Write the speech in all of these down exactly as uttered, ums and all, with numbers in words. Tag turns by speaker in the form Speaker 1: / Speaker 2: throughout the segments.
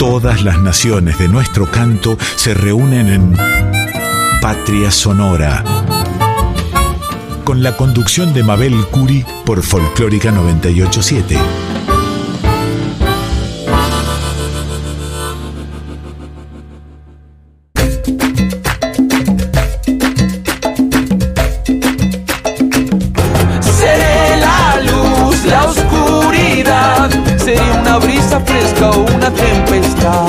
Speaker 1: Todas las naciones de nuestro canto se reúnen en Patria Sonora, con la conducción de Mabel Curi por Folclórica noventa y ocho punto siete.
Speaker 2: Seré la luz, la oscuridad, seré una brisa fresca o una tempestad.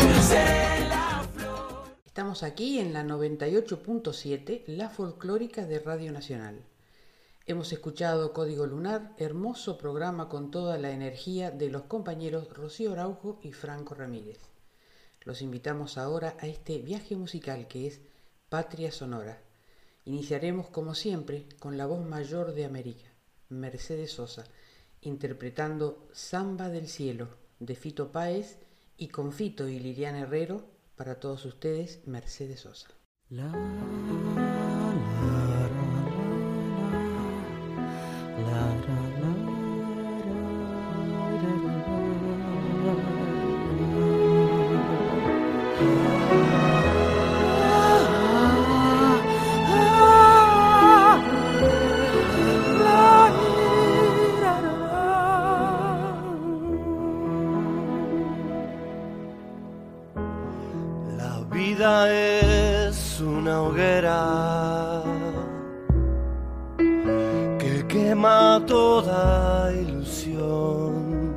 Speaker 3: Estamos aquí en la noventa y ocho punto siete, la folclórica de Radio Nacional. Hemos escuchado Código Lunar, hermoso programa con toda la energía de los compañeros Rocío Araujo y Franco Ramírez. Los invitamos ahora a este viaje musical que es Patria Sonora. Iniciaremos como siempre con la voz mayor de América, Mercedes Sosa, interpretando Samba del Cielo de Fito Páez, y con Fito y Liliana Herrero, para todos ustedes, Mercedes Sosa.
Speaker 4: La, la, la, la, la,
Speaker 5: La vida es una hoguera que quema toda ilusión.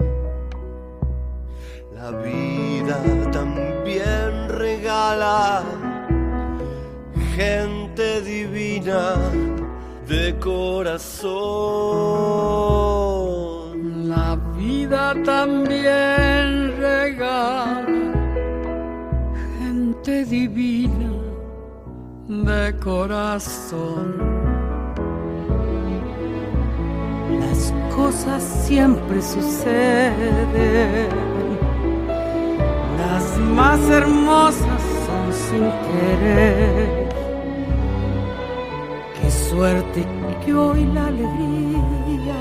Speaker 5: La vida también regala gente divina de corazón.
Speaker 6: La vida también regala gente divina de corazón.
Speaker 7: Las cosas siempre suceden, las más hermosas son sin querer. Qué suerte que hoy la alegría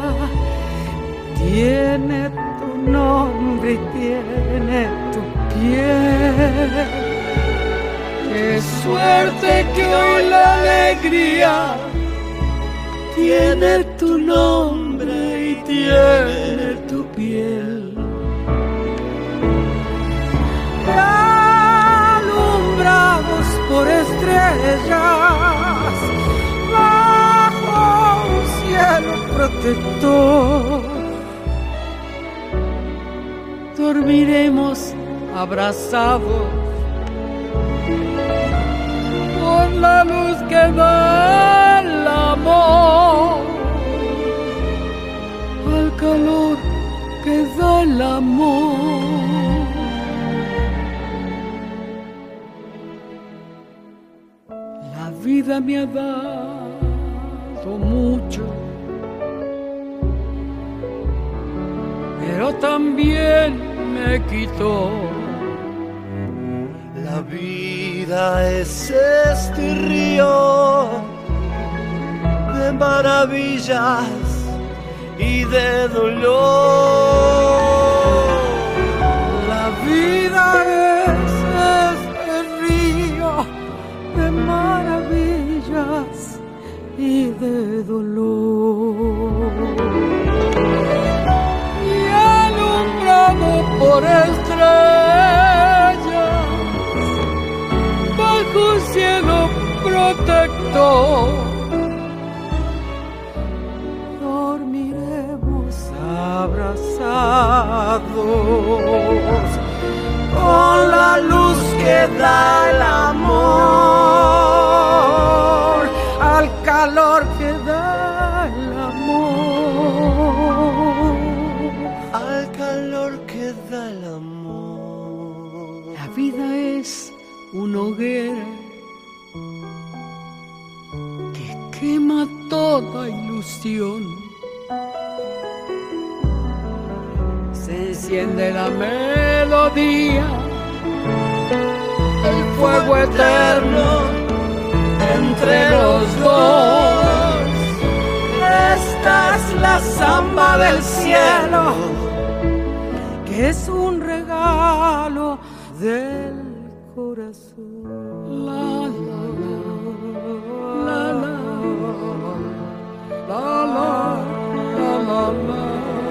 Speaker 7: tiene tu nombre y tiene tu piel.
Speaker 6: Qué suerte que hoy la alegría
Speaker 5: Tiene tu nombre y tiene tu piel.
Speaker 7: Alumbrados por estrellas bajo un cielo protector,
Speaker 6: dormiremos abrazados por la luz que da el amor, al calor que da el amor. La vida me ha dado mucho, pero también me quitó.
Speaker 5: La vida es este río de maravillas y de dolor.
Speaker 7: la vida es este río de maravillas y de dolor.
Speaker 6: Y alumbrado por estrellas bajo un cielo protector,
Speaker 7: dormiremos abrazados con la luz que da el amor, al calor que da el amor,
Speaker 5: Al calor que da el amor.
Speaker 6: la vida es una hoguera que quema toda ilusión. Se enciende la melodía, el fuego eterno entre los dos.
Speaker 7: esta es la samba del cielo que es un regalo del corazón. La la la la la la la la la.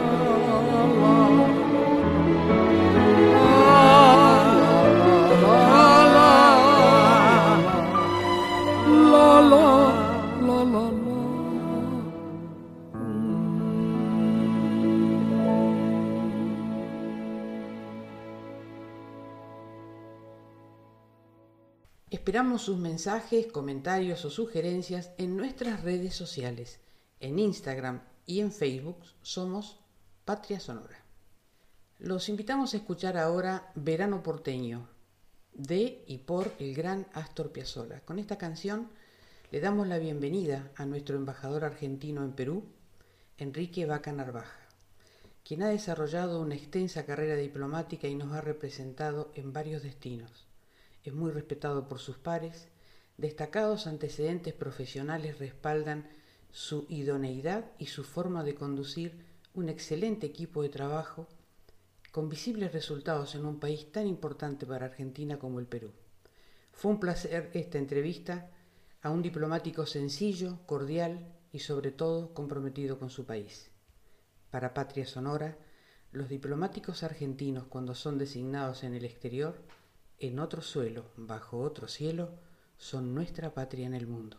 Speaker 3: Esperamos sus mensajes, comentarios o sugerencias en nuestras redes sociales. En Instagram y en Facebook somos Patria Sonora. Los invitamos a escuchar ahora Verano Porteño, de y por el gran Astor Piazzolla. Con esta canción le damos la bienvenida a nuestro embajador argentino en Perú, Enrique Vaca Narvaja, quien ha desarrollado una extensa carrera diplomática y nos ha representado en varios destinos. Es muy respetado por sus pares. Destacados antecedentes profesionales respaldan su idoneidad y su forma de conducir un excelente equipo de trabajo con visibles resultados en un país tan importante para Argentina como el Perú. Fue un placer esta entrevista a un diplomático sencillo, cordial y sobre todo comprometido con su país. Para Patria Sonora, los diplomáticos argentinos cuando son designados en el exterior, en otro suelo, bajo otro cielo, son nuestra patria en el mundo.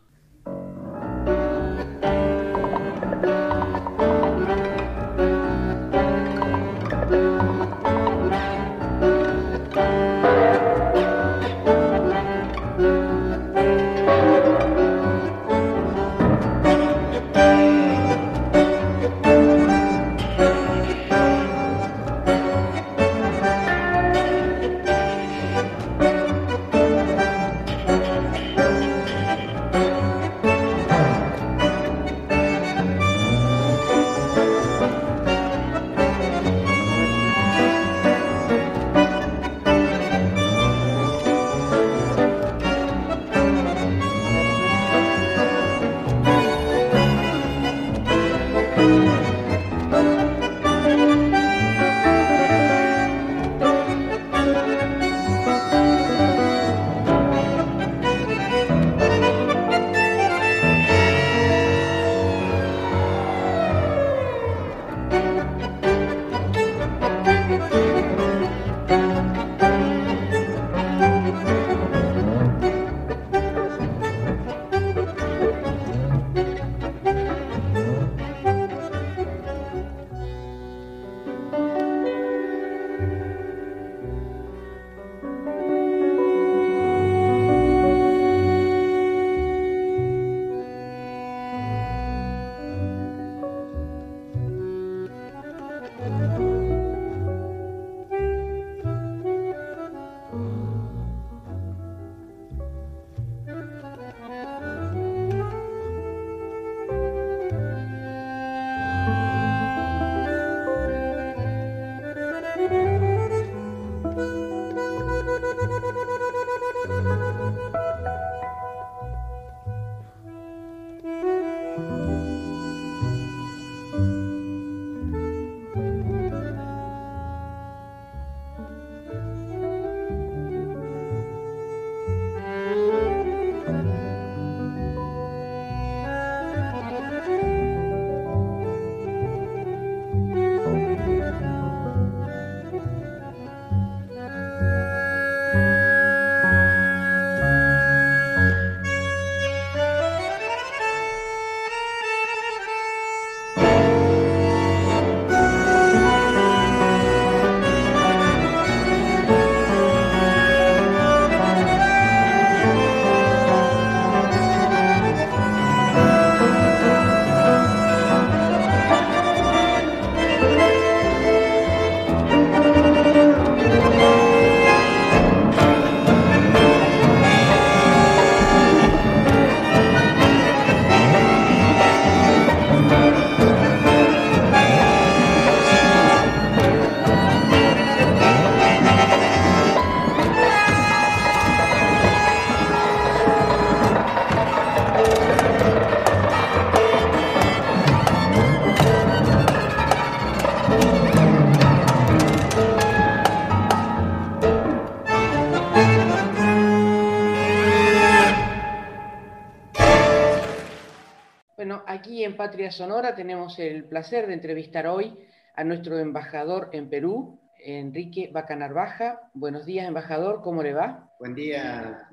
Speaker 3: aquí en Patria Sonora tenemos el placer de entrevistar hoy a nuestro embajador en Perú, Enrique Bacanarvaja. Buenos días, embajador, ¿cómo le va?
Speaker 8: Buen día,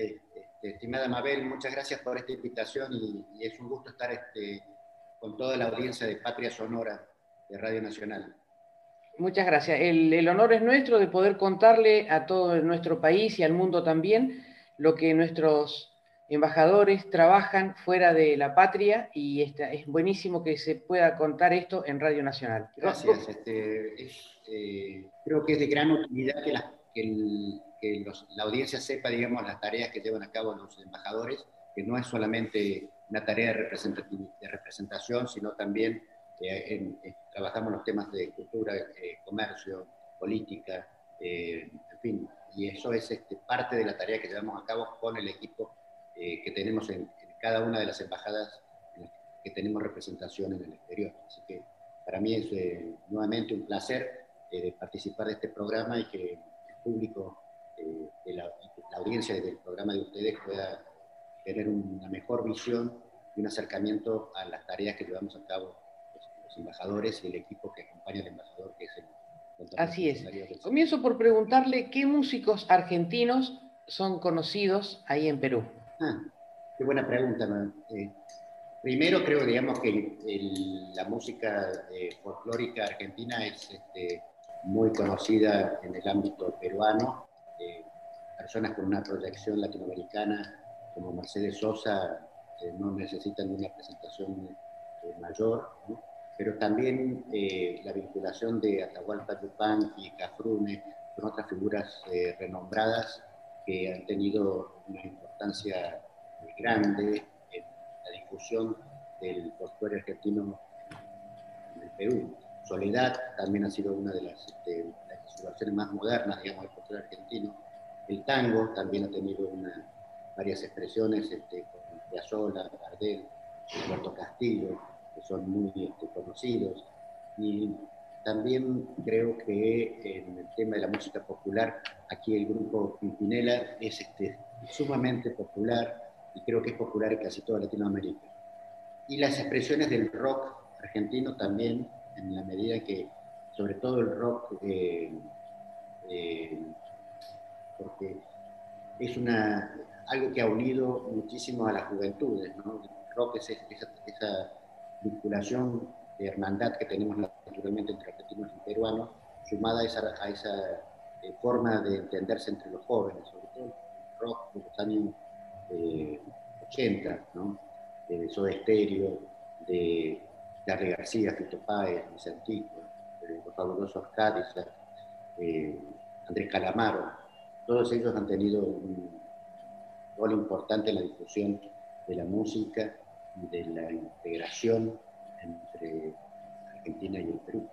Speaker 8: estimada Mabel, muchas gracias por esta invitación y, y es un gusto estar este, con toda la audiencia de Patria Sonora de Radio Nacional.
Speaker 3: Muchas gracias. El, el honor es nuestro de poder contarle a todo nuestro país y al mundo también lo que nuestros embajadores trabajan fuera de la patria, y esta, es buenísimo que se pueda contar esto en Radio Nacional.
Speaker 8: Gracias. Este, es, eh, creo que es de gran utilidad que, la, que, el, que los, la audiencia sepa, digamos, las tareas que llevan a cabo los embajadores, que no es solamente una tarea de, de representación, sino también eh, en, en, trabajamos los temas de cultura, eh, comercio, política, eh, en fin, y eso es este, parte de la tarea que llevamos a cabo con el equipo Eh, que tenemos en, en cada una de las embajadas en las que tenemos representación en el exterior. Así que para mí es eh, nuevamente un placer eh, participar de este programa y que el público, eh, de la, la audiencia del programa de ustedes pueda tener una mejor visión y un acercamiento a las tareas que llevamos a cabo los, los embajadores y el equipo que acompaña al embajador, que es el...
Speaker 3: Así es. Comienzo por preguntarle qué músicos argentinos son conocidos ahí en Perú.
Speaker 8: Ah, qué buena pregunta. Eh, primero creo, digamos, que el, la música eh, folclórica argentina es este, muy conocida en el ámbito peruano. Eh, personas con una proyección latinoamericana como Mercedes Sosa eh, no necesitan de una presentación eh, mayor, ¿no? Pero también eh, la vinculación de Atahualpa Yupanqui y Cafrune con otras figuras eh, renombradas que han tenido una importancia muy grande en la difusión del folclore argentino en el Perú. Soledad también ha sido una de las, este, las versiones más modernas, digamos, del folclore argentino. El tango también ha tenido una, varias expresiones este, con Piazzolla, Gardel, Roberto Castillo, que son muy este, conocidos. Y también creo que en el tema de la música popular, aquí el grupo Pimpinela es este, sumamente popular y creo que es popular en casi toda Latinoamérica. Y las expresiones del rock argentino también, en la medida que, sobre todo el rock, eh, eh, porque es una, algo que ha unido muchísimo a las juventudes, ¿no? El rock es esa, esa vinculación de hermandad que tenemos naturalmente entre argentinos y peruanos, sumada a esa, a esa eh, forma de entenderse entre los jóvenes, sobre todo el rock de los años eh, ochenta, ¿no? De Soda Stereo, de Charly García, Fito Páez, Vicentico, de los fabulosos Cadillac, eh, Andrés Calamaro. Todos ellos han tenido un rol importante en la difusión de la música y de la integración entre Argentina y el Perú.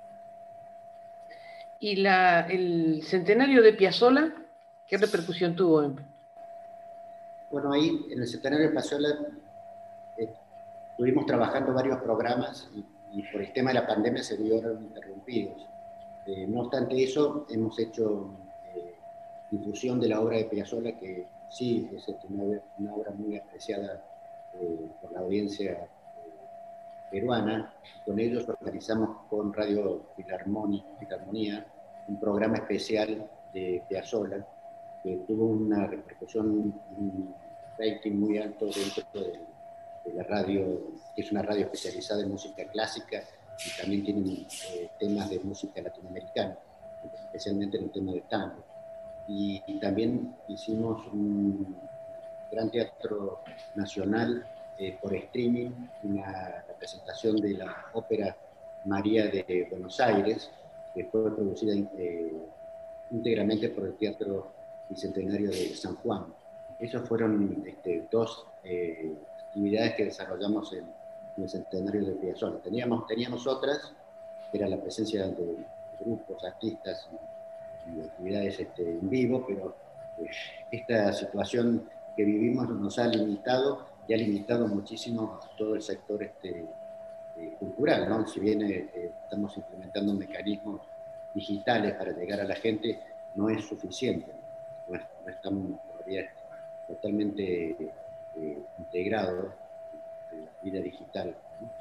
Speaker 3: ¿Y la, el centenario de Piazzolla, qué repercusión tuvo? En...
Speaker 8: Bueno, ahí en el centenario de Piazzolla eh, estuvimos trabajando varios programas y, y por el tema de la pandemia se vieron interrumpidos. Eh, no obstante eso, hemos hecho eh, difusión de la obra de Piazzolla, que sí es una, una obra muy apreciada eh, por la audiencia peruana. Con ellos organizamos con Radio Filarmonía un programa especial de Piazzolla que tuvo una repercusión, un rating muy alto dentro de, de la radio, que es una radio especializada en música clásica y también tiene eh, temas de música latinoamericana, especialmente en el tema del tango. Y, y también hicimos un gran teatro nacional Eh, por streaming, una representación de la ópera María de Buenos Aires, que fue producida eh, íntegramente por el Teatro Bicentenario de San Juan. Esas fueron este, dos eh, actividades que desarrollamos en, en el centenario de Piazzolla. Teníamos, teníamos otras, que era la presencia de grupos, artistas y, y actividades este, en vivo, pero eh, esta situación que vivimos nos ha limitado y ha limitado muchísimo todo el sector este, eh, cultural, ¿no? Si bien eh, estamos implementando mecanismos digitales para llegar a la gente, no es suficiente, no, es, no estamos todavía totalmente eh, integrados en la vida digital, ¿no?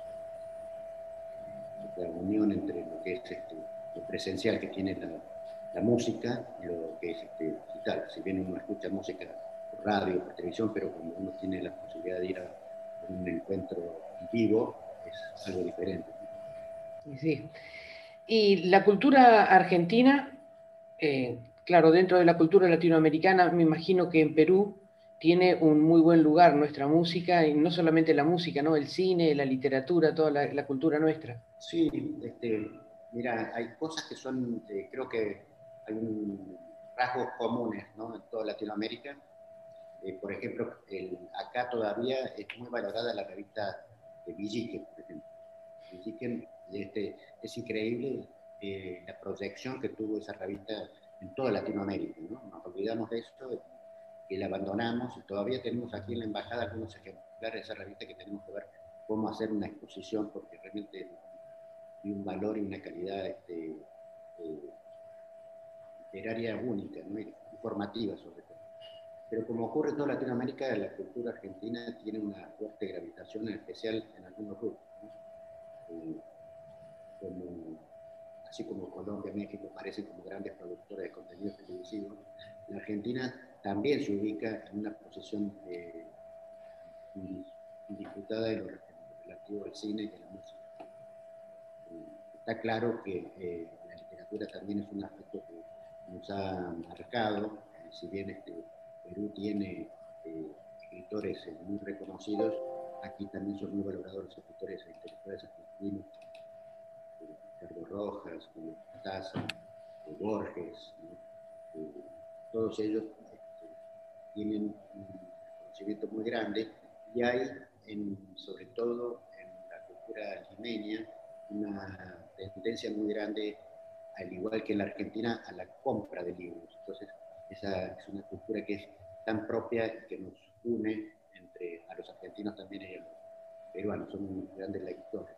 Speaker 8: La unión entre lo que es este, lo presencial que tiene la, la música y lo que es este, digital. Si bien uno escucha música por radio, por televisión, pero cuando uno tiene la posibilidad de ir a un encuentro vivo, es algo diferente.
Speaker 3: Sí. Y la cultura argentina, eh, claro, dentro de la cultura latinoamericana, me imagino que en Perú tiene un muy buen lugar nuestra música, y no solamente la música, ¿no? El cine, la literatura, toda la, la cultura nuestra.
Speaker 8: Sí, este, mira, hay cosas que son, eh, creo que hay un, rasgos comunes, ¿no? En toda Latinoamérica. Eh, por ejemplo, el, acá todavía es muy valorada la revista de Villiquen, por ejemplo. Villiquen, este, es increíble eh, la proyección que tuvo esa revista en toda Latinoamérica, ¿no? Nos olvidamos de esto y la abandonamos, y todavía tenemos aquí en la embajada algunos ejemplares de esa revista que tenemos que ver cómo hacer una exposición, porque realmente hay un valor y una calidad este, eh, literaria única, ¿no? Y informativa sobre todo. Pero como ocurre en toda Latinoamérica, la cultura argentina tiene una fuerte gravitación, en especial en algunos grupos, ¿no? Eh, como, así como Colombia, México parecen como grandes productores de contenidos televisivos, la Argentina también se ubica en una posición eh, indisputada en lo relativo al cine y a la música. Eh, está claro que eh, la literatura también es un aspecto que nos ha marcado, eh, si bien este, Perú tiene eh, escritores eh, muy reconocidos, aquí también son muy valorados los escritores e intelectuales argentinos, eh, Ricardo Rojas, Julio Cortázar, eh, Borges, ¿no? eh, todos ellos este, tienen un conocimiento muy grande, y hay, en, sobre todo en la cultura limeña, una tendencia muy grande, al igual que en la Argentina, a la compra de libros. Entonces, esa es una cultura que es tan propia y que nos une entre a los argentinos también y a los peruanos, son grandes lectores.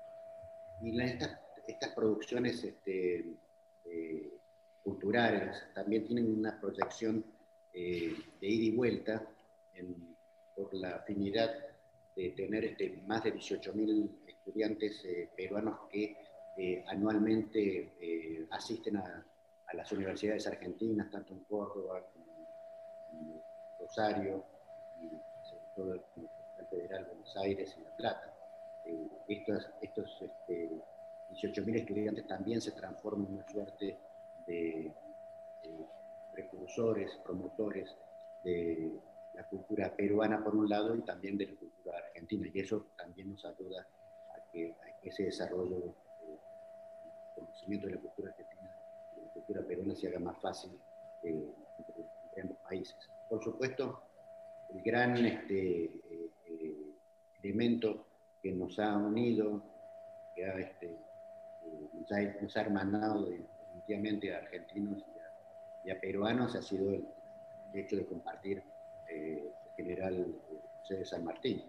Speaker 8: Y la, estas, estas producciones este, eh, culturales también tienen una proyección eh, de ida y vuelta en, por la afinidad de tener este, más de dieciocho mil estudiantes eh, peruanos que eh, anualmente eh, asisten a, a las universidades argentinas, tanto en Córdoba como en Rosario, y sobre todo en la Federal Buenos Aires y La Plata. Eh, estos estos este, dieciocho mil estudiantes también se transforman en una suerte de, de precursores, promotores de la cultura peruana por un lado y también de la cultura argentina, y eso también nos ayuda a que, a que ese desarrollo de, de conocimiento de la cultura argentina y de la cultura peruana se haga más fácil eh, entre, entre ambos países. Por supuesto, el gran este, eh, eh, elemento que nos ha unido, que ha, este, eh, nos, ha, nos ha hermanado definitivamente a argentinos y a, y a peruanos, ha sido el, el hecho de compartir eh, el general José de San Martín,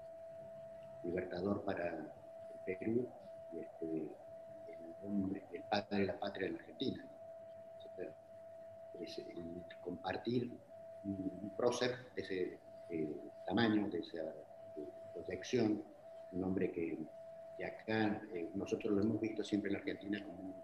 Speaker 8: libertador para el Perú y este, el, hombre, el padre de la patria de la Argentina. O sea, es el compartir un, un prócer de ese eh, tamaño, de esa de proyección, un hombre que, que acá eh, nosotros lo hemos visto siempre en la Argentina como un,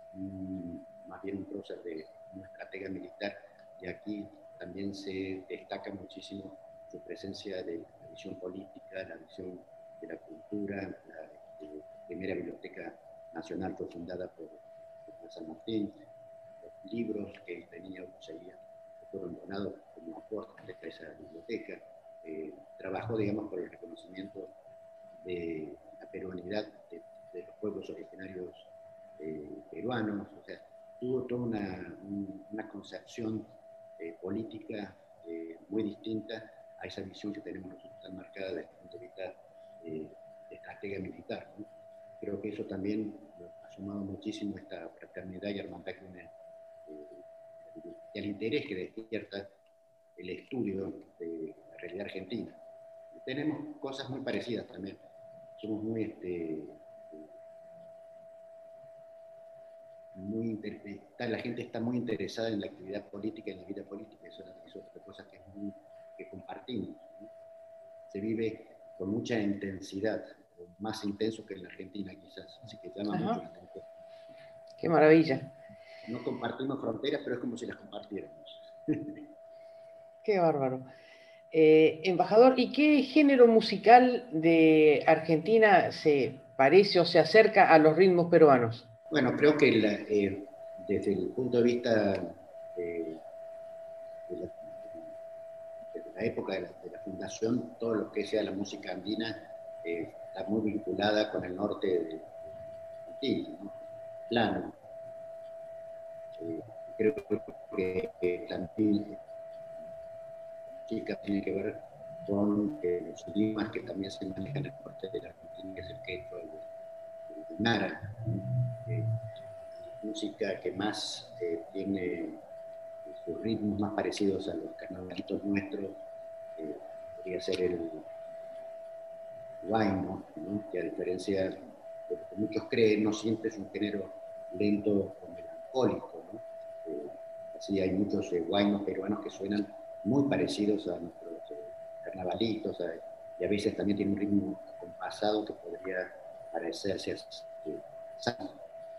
Speaker 8: un, más bien un prócer de una estratega militar, y aquí también se destaca muchísimo su presencia de la visión política, la visión de la cultura. La este, primera biblioteca nacional fue fundada por, por San Martín. Los libros que él tenía o poseía fueron donados como aporte a esa biblioteca. Eh, trabajó, digamos, por el reconocimiento de la peruanidad de, de los pueblos originarios eh, peruanos. O sea, tuvo toda una, un, una concepción eh, política eh, muy distinta a esa visión que tenemos nosotros tan marcada desde el punto de vista eh, de estratega militar, ¿no? Creo que eso también ha sumado muchísimo a esta fraternidad y hermandad que une, eh, y al interés que despierta el estudio de la realidad argentina. Tenemos cosas muy parecidas también. Somos muy, este, muy inter... la gente está muy interesada en la actividad política y en la vida política. Eso es otra cosa que, es muy, que compartimos, ¿no? Se vive con mucha intensidad, más intenso que en la Argentina quizás, así que llama
Speaker 3: Ajá.
Speaker 8: mucho la atención.
Speaker 3: Qué maravilla.
Speaker 8: No compartimos fronteras, pero es como si las compartiéramos.
Speaker 3: Qué bárbaro. Eh, embajador, ¿y qué género musical de Argentina se parece o se acerca a los ritmos peruanos?
Speaker 8: Bueno, creo que la, eh, desde el punto de vista eh, de, la, de la época de la, de la fundación, todo lo que sea la música andina eh, está muy vinculada con el norte de Argentina, ¿no? Plano. Eh, creo que eh, también música tiene que ver con eh, los idiomas que también se manejan en el norte de la Argentina, que es el quechua, el, el nara, eh, música que más eh, tiene sus ritmos más parecidos a los carnavalitos nuestros, eh, podría ser el huayno, ¿no? Que a diferencia de lo que muchos creen, no siempre es un género lento o melancólico, ¿no? Eh, así hay muchos eh, huaynos peruanos que suenan muy parecidos a nuestros eh, carnavalitos, a, y a veces también tiene un ritmo compasado que podría parecerse a eh, samba,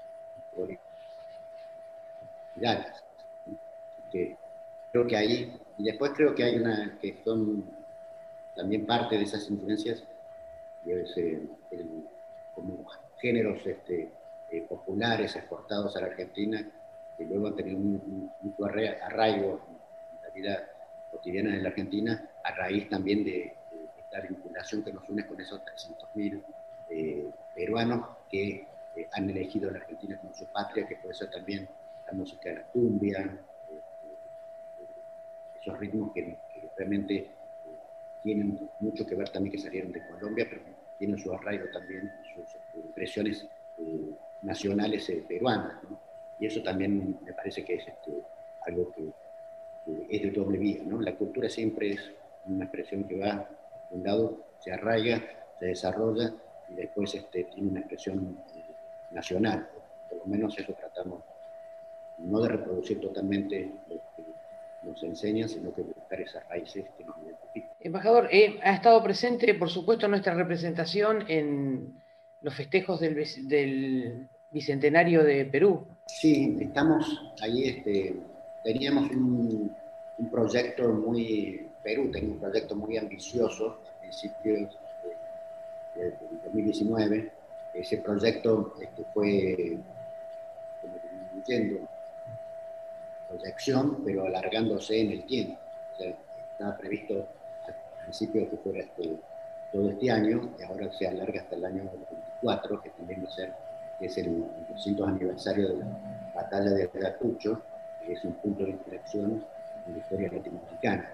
Speaker 8: que creo que ahí, y después creo que hay una, que son también parte de esas influencias, es, eh, el, como géneros este, eh, populares exportados a la Argentina, que luego han tenido un, mucho arraigo en la vida cotidiana de la Argentina, a raíz también de, de esta vinculación que nos une con esos trescientos mil eh, peruanos que eh, han elegido a la Argentina como su patria, que puede ser también la música de la cumbia, eh, eh, esos ritmos que, que realmente eh, tienen mucho que ver también, que salieron de Colombia, pero tienen su arraigo también, sus eh, impresiones eh, nacionales eh, peruanas, ¿no? Y eso también me parece que es este, algo que, que es de doble vía, ¿no? La cultura siempre es una expresión que va de un lado, se arraiga, se desarrolla y después este, tiene una expresión eh, nacional. Por lo menos eso tratamos, no de reproducir totalmente lo que nos enseña, sino que buscar esas raíces que nos identifican.
Speaker 3: Embajador, eh, ha estado presente, por supuesto, nuestra representación en los festejos del, del Bicentenario de Perú.
Speaker 8: Sí, estamos ahí, este, teníamos un, un proyecto muy, Perú tenía un proyecto muy ambicioso a principios de, de, de dos mil diecinueve. Ese proyecto este, fue como disminuyendo proyección, pero alargándose en el tiempo. O sea, estaba previsto al principio que fuera este, todo este año, y ahora se alarga hasta el año veinticuatro, que también va a ser, que es el doscientos aniversario de la batalla de Ayacucho, que es un punto de inflexión en la historia latinoamericana.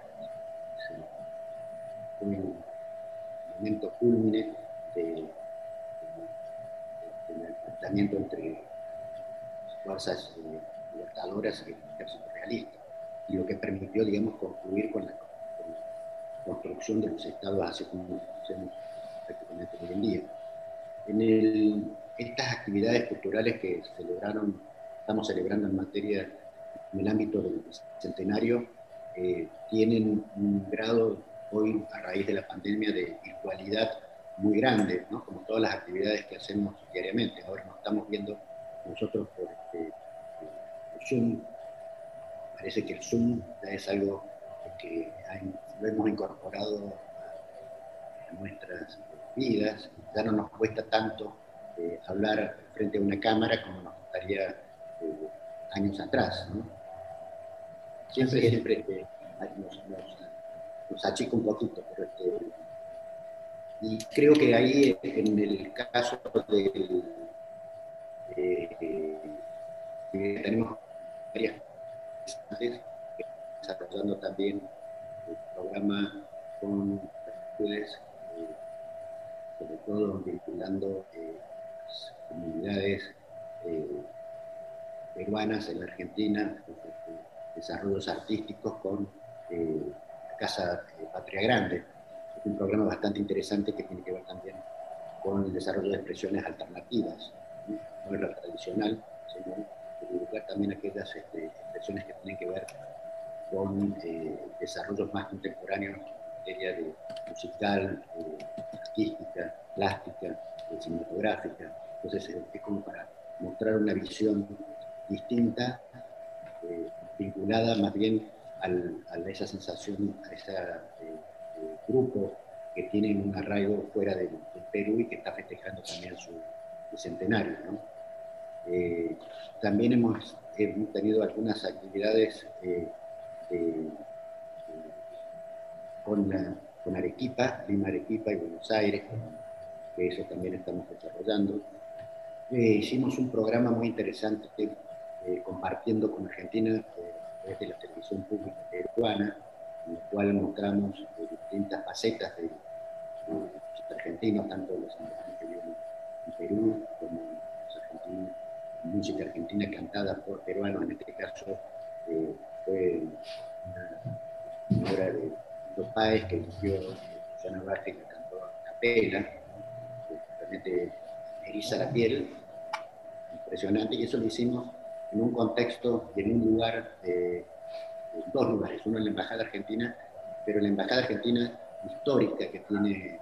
Speaker 8: Fue un momento cúlmine de, de, de, del enfrentamiento entre las fuerzas eh, libertadoras y el ejército realista, y lo que permitió, digamos, concluir con la, con la construcción de los estados así como conocemos prácticamente hoy en día. En el, estas actividades culturales que celebraron, estamos celebrando en materia, en el ámbito del centenario, eh, tienen un grado hoy, a raíz de la pandemia, de virtualidad muy grande, ¿no? Como todas las actividades que hacemos diariamente. Ahora nos estamos viendo nosotros por este, por Zoom. Parece que el Zoom ya es algo que hay, lo hemos incorporado a, a nuestras vidas. Ya no nos cuesta tanto eh, hablar frente a una cámara como nos gustaría eh, años atrás, ¿no? Siempre, sí. siempre eh, nos, nos, nos achica un poquito, pero este, y creo que ahí en el caso del eh, eh, tenemos varias cosas, desarrollando también el programa con actitudes, eh, sobre todo vinculando eh, las comunidades eh, peruanas en la Argentina, los, eh, desarrollos artísticos con eh, la Casa eh, Patria Grande. Es un programa bastante interesante que tiene que ver también con el desarrollo de expresiones alternativas, no, no es la tradicional, sino divulgar también aquellas este, expresiones que tienen que ver con eh, desarrollos más contemporáneos materia de musical, eh, artística, plástica, eh, cinematográfica. Entonces eh, es como para mostrar una visión distinta, eh, vinculada más bien al, a esa sensación, a ese eh, eh, grupo que tiene un arraigo fuera del, del Perú y que está festejando también su, su centenario, ¿no? Eh, también hemos, hemos tenido algunas actividades eh, eh, con, la, con Arequipa, Lima, Arequipa y Buenos Aires, que eso también estamos desarrollando. Eh, hicimos un programa muy interesante eh, compartiendo con Argentina eh, desde la televisión pública peruana, en el cual mostramos eh, distintas facetas de, de los argentinos, tanto los argentinos que viven en Perú como los argentinos, música argentina cantada por peruanos. En este caso eh, fue una, una obra de Dos Páez que eligió Susana Vázquez, que cantó a capela, que realmente eriza la piel, impresionante, y eso lo hicimos en un contexto y en un lugar, eh, en dos lugares, uno en la Embajada Argentina, pero la Embajada Argentina histórica que tiene eh,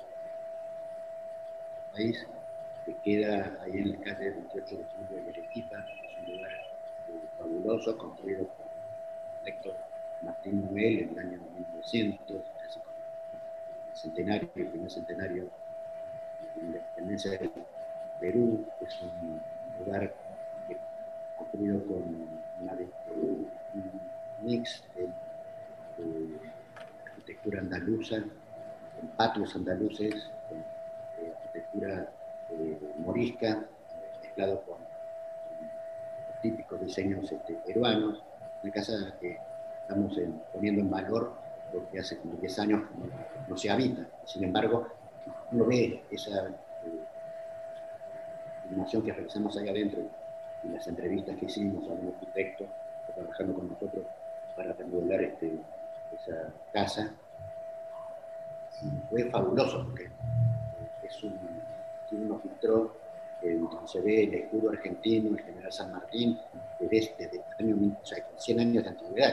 Speaker 8: el país, que queda ahí en la calle veintiocho de julio de Arequipa. Es un lugar eh, fabuloso, construido por el elector Martín Noel en el año mil novecientos, casi con el centenario, el primer centenario de la independencia del Perú. Es un lugar que, construido con una, un mix de, de arquitectura andaluza, con patios andaluces, con eh, arquitectura eh, morisca, mezclado con, con los típicos diseños este, peruanos. Una casa que estamos en, poniendo en valor porque hace como diez años no, no se habita. Sin embargo, uno ve esa eh, filmación que realizamos ahí adentro y las entrevistas que hicimos a un arquitecto que está trabajando con nosotros para remodelar este, esa casa. Y fue fabuloso porque eh, es un, uno filtró eh, donde se ve el escudo argentino, el general San Martín, desde, desde año, o sea, cien años de antigüedad,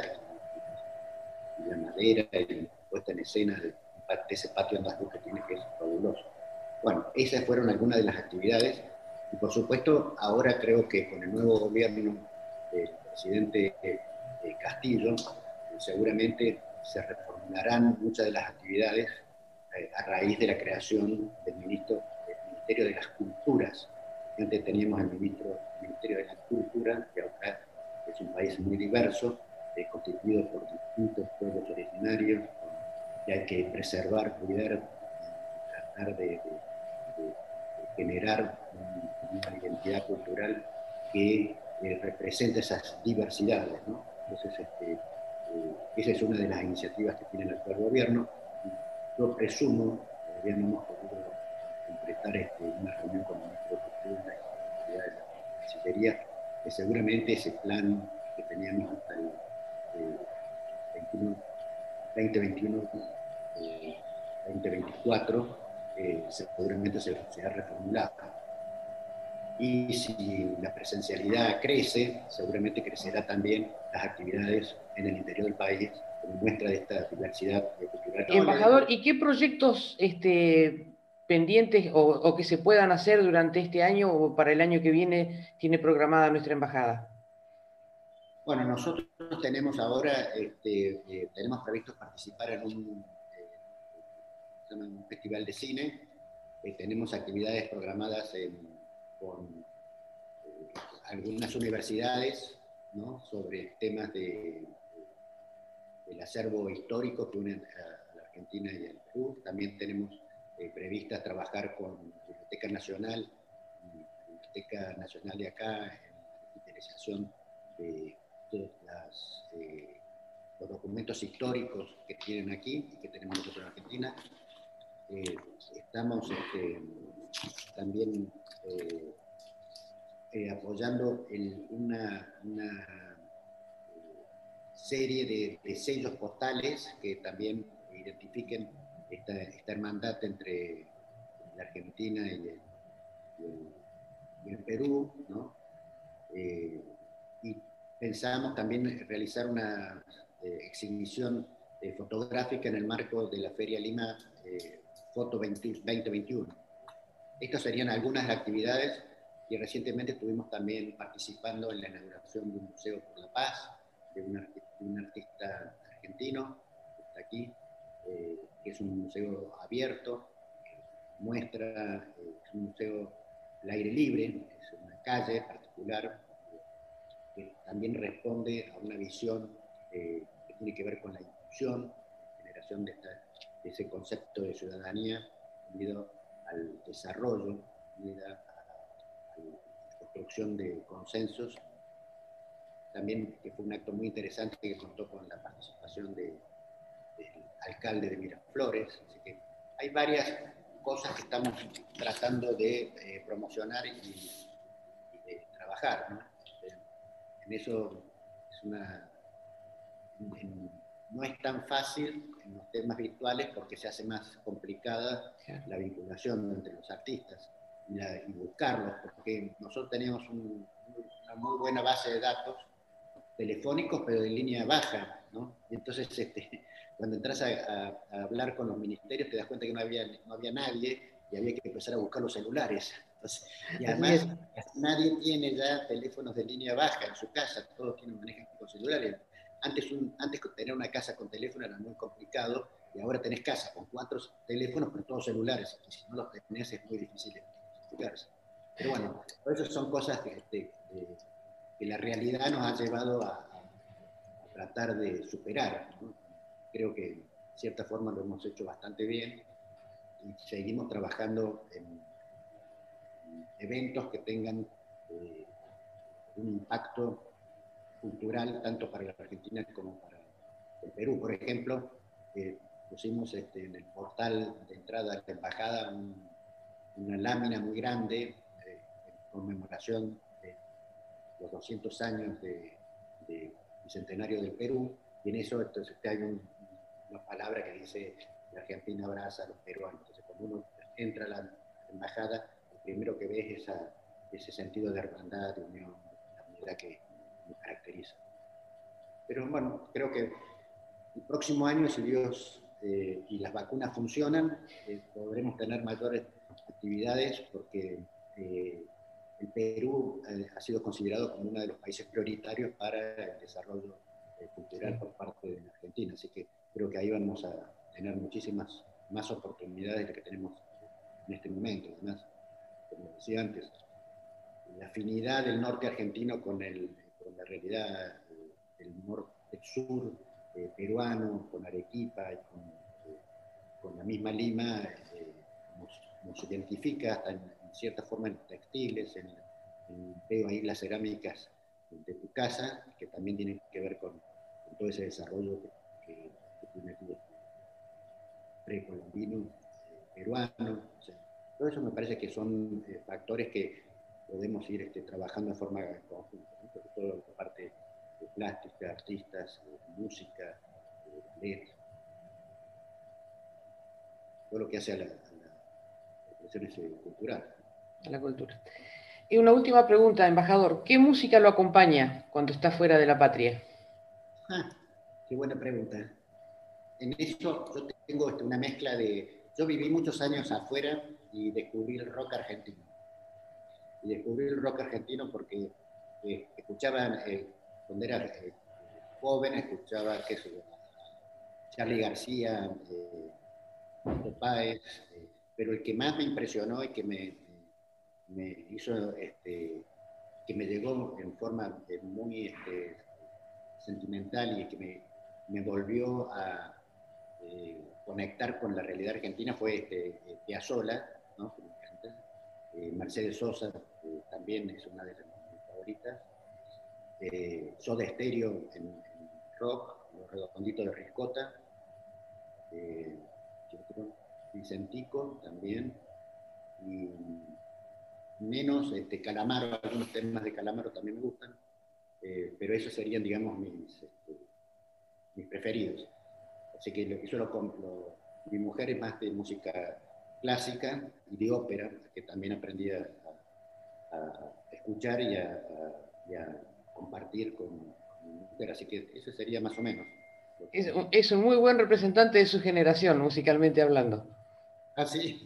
Speaker 8: y la madera y la puesta en escena de, de ese patio andaluz que tiene, que es fabuloso. Bueno, esas fueron algunas de las actividades, y por supuesto ahora creo que con el nuevo gobierno del presidente eh, Castillo, eh, seguramente se reformularán muchas de las actividades eh, a raíz de la creación del, ministro, del Ministerio de las Culturas. Antes teníamos el, ministro, el Ministerio de la Cultura, que ahora es un país muy diverso, eh, constituido por distintos pueblos originarios, que hay que preservar, cuidar, tratar de, de, de, de generar un, una identidad cultural que eh, represente esas diversidades, ¿no? Entonces, este, eh, esa es una de las iniciativas que tiene el actual gobierno. Yo presumo, todavía no hemos podido completar este, una reunión con el ministro de Cultura y de la Cancillería, que seguramente ese plan que teníamos hasta el veinte veintiuno, eh, veinte veinticuatro, eh, seguramente se, se ha reformulado. Y si la presencialidad crece, seguramente crecerá también las actividades en el interior del país, como muestra de esta diversidad cultural.
Speaker 3: Embajador, ¿y qué proyectos este, pendientes o, o que se puedan hacer durante este año o para el año que viene tiene programada nuestra embajada?
Speaker 8: Bueno, nosotros tenemos ahora, este, eh, tenemos previsto participar en un, eh, un festival de cine. Eh, tenemos actividades programadas en, con eh, algunas universidades, ¿no?, sobre temas de, de, del acervo histórico que unen a, a la Argentina y al Perú. También tenemos eh, prevista trabajar con la Biblioteca Nacional, la Biblioteca Nacional de acá, en la digitalización de Las, eh, los documentos históricos que tienen aquí y que tenemos nosotros en Argentina. Eh, estamos este, también eh, eh, apoyando el, una, una eh, serie de, de sellos postales que también identifiquen esta, esta hermandad entre la Argentina y el, y el, y el Perú, ¿no? Eh, y pensamos también realizar una eh, exhibición eh, fotográfica en el marco de la Feria Lima eh, Foto veinte veintiuno. Estas serían algunas de las actividades, y recientemente estuvimos también participando en la inauguración de un museo por la paz, de un, arti de un artista argentino, que está aquí, eh, que es un museo abierto, que muestra, eh, es un museo al aire libre, es una calle particular, eh, que también responde a una visión eh, que tiene que ver con la inclusión, generación de, esta, de ese concepto de ciudadanía unido al desarrollo, unida a, a la construcción de consensos. También que fue un acto muy interesante que contó con la participación de, del alcalde de Miraflores. Así que hay varias cosas que estamos tratando de eh, promocionar y, y de trabajar, ¿no? En eso es una, en, no es tan fácil en los temas virtuales porque se hace más complicada la vinculación entre los artistas y, la, y buscarlos, porque nosotros tenemos un, una muy buena base de datos telefónicos, pero de línea baja, ¿no? Y entonces, este, cuando entras a, a, a hablar con los ministerios, te das cuenta que no había, no había nadie y había que empezar a buscar los celulares. Entonces, y además, nadie tiene ya teléfonos de línea baja en su casa, todos tienen manejan con celulares. Antes, un, antes tener una casa con teléfono era muy complicado, y ahora tenés casa con cuatro teléfonos, pero todos celulares, y si no los tenés es muy difícil identificarse. Pero bueno, por eso son cosas que, que, que la realidad nos ha llevado a, a tratar de superar, ¿no? Creo que de cierta forma lo hemos hecho bastante bien, y seguimos trabajando en, en eventos que tengan eh, un impacto cultural tanto para la Argentina como para el Perú. Por ejemplo, eh, pusimos este, en el portal de entrada a la embajada un, una lámina muy grande eh, en conmemoración de los doscientos años de, de Bicentenario del Perú, y en eso entonces hay un, una palabra que dice: la Argentina abraza a los peruanos. Entonces, cuando uno entra a la embajada, lo primero que ve es esa, ese sentido de hermandad, de unión, la unidad que nos caracteriza. Pero bueno, creo que el próximo año, si Dios eh, y las vacunas funcionan, eh, podremos tener mayores actividades, porque eh, el Perú eh, ha sido considerado como uno de los países prioritarios para el desarrollo eh, cultural por parte de la Argentina. Así que creo que ahí vamos a tener muchísimas más oportunidades de las que tenemos en este momento. Además, como decía antes, la afinidad del norte argentino con, el, con la realidad del norte, del sur eh, peruano, con Arequipa y con, eh, con la misma Lima, eh, nos, nos identifica hasta en, en cierta forma en textiles, en, en, veo ahí las cerámicas de tu casa, que también tienen que ver con, con todo ese desarrollo que, que, que tiene aquí precolombino, eh, peruano. O sea, todo eso me parece que son eh, factores que podemos ir este, trabajando de forma conjunta, ¿no? Sobre todo la parte de plástica, artistas, eh, música, eh, ballet, todo lo que hace a la, a la expresión eh, cultural.
Speaker 3: A la cultura. Y una última pregunta, embajador. ¿Qué música lo acompaña cuando está fuera de la patria?
Speaker 8: Ah, qué buena pregunta. En eso yo tengo este, una mezcla de... Yo viví muchos años afuera y descubrí el rock argentino. Y descubrí el rock argentino porque eh, escuchaba, eh, cuando era eh, joven, escuchaba, qué sé yo, Charly García, eh, Fito Páez, eh, pero el que más me impresionó y que me, me hizo, este, que me llegó en forma eh, muy este, sentimental y que me, me volvió a eh, conectar con la realidad argentina fue este, Piazzolla, ¿no? Que me encanta. Eh, Mercedes Sosa eh, también es una de mis favoritas. Eh, Soda Stereo en, en rock, Los Redonditos de Riscota. Eh, Vicentico también. Y menos este, Calamaro, algunos temas de Calamaro también me gustan. Eh, pero esos serían, digamos, mis, este, mis preferidos. Así que lo que yo lo, lo, mi mujer es más de música clásica y de ópera, que también aprendí a, a, a escuchar y a, a, y a compartir con, con mi mujer. Así que eso sería más o menos
Speaker 3: Es, es un muy buen representante de su generación, musicalmente hablando.
Speaker 8: Ah, sí.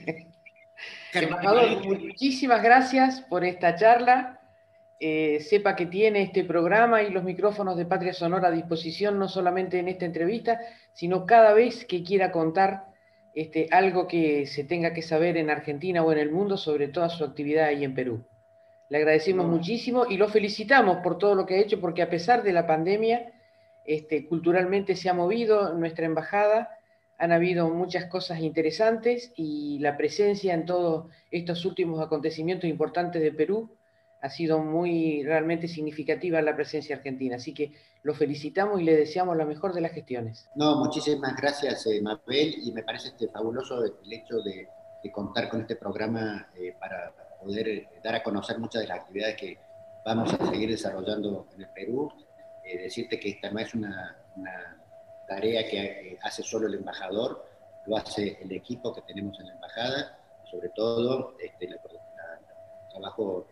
Speaker 3: Embajador, muchísimas gracias por esta charla. Eh, sepa que tiene este programa y los micrófonos de Patria Sonora a disposición, no solamente en esta entrevista, sino cada vez que quiera contar este, algo que se tenga que saber en Argentina o en el mundo sobre toda su actividad ahí en Perú. Le agradecemos no. muchísimo y lo felicitamos por todo lo que ha hecho, porque a pesar de la pandemia, este, culturalmente se ha movido nuestra embajada, han habido muchas cosas interesantes y la presencia en todos estos últimos acontecimientos importantes de Perú ha sido muy realmente significativa la presencia argentina. Así que lo felicitamos y le deseamos la mejor de las gestiones.
Speaker 8: No, muchísimas gracias, eh, Mabel, y me parece este, fabuloso el hecho de, de contar con este programa eh, para poder eh, dar a conocer muchas de las actividades que vamos a seguir desarrollando en el Perú. Eh, decirte que esta no es una, una tarea que eh, hace solo el embajador, lo hace el equipo que tenemos en la embajada, sobre todo este, la, la, el trabajo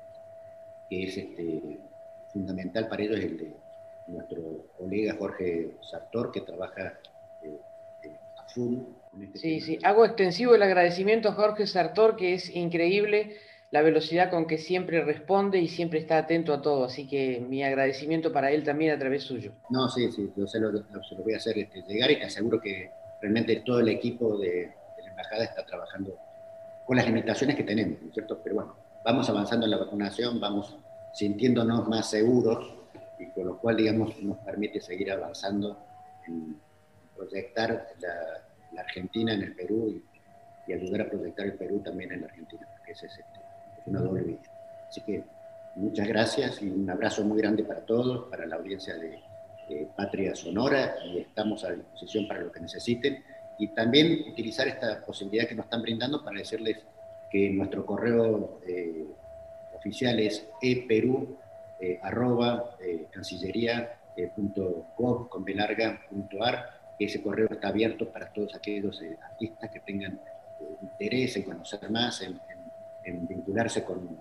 Speaker 8: que es este, fundamental para ellos es el de nuestro colega Jorge Sartor, que trabaja eh, eh, a full. Con este
Speaker 3: sí,
Speaker 8: tema.
Speaker 3: sí, hago extensivo el agradecimiento a Jorge Sartor, que es increíble la velocidad con que siempre responde y siempre está atento a todo, así que mi agradecimiento para él también a través suyo.
Speaker 8: No, sí, sí, yo se lo, se lo voy a hacer este, llegar y te aseguro que realmente todo el equipo de, de la embajada está trabajando con las limitaciones que tenemos, ¿no es cierto? Pero bueno, vamos avanzando en la vacunación, vamos sintiéndonos más seguros y con lo cual, digamos, nos permite seguir avanzando en proyectar la, la Argentina en el Perú y, y ayudar a proyectar el Perú también en la Argentina, porque ese es, este, es una doble vía. Así que muchas gracias y un abrazo muy grande para todos, para la audiencia de, de Patria Sonora, y estamos a disposición para lo que necesiten. Y también utilizar esta posibilidad que nos están brindando para decirles que nuestro correo eh, oficial es eperu eh, arroba eh, cancillería eh, punto gov con b larga punto ar. Ese correo está abierto para todos aquellos eh, artistas que tengan eh, interés en conocer más, en, en, en vincularse con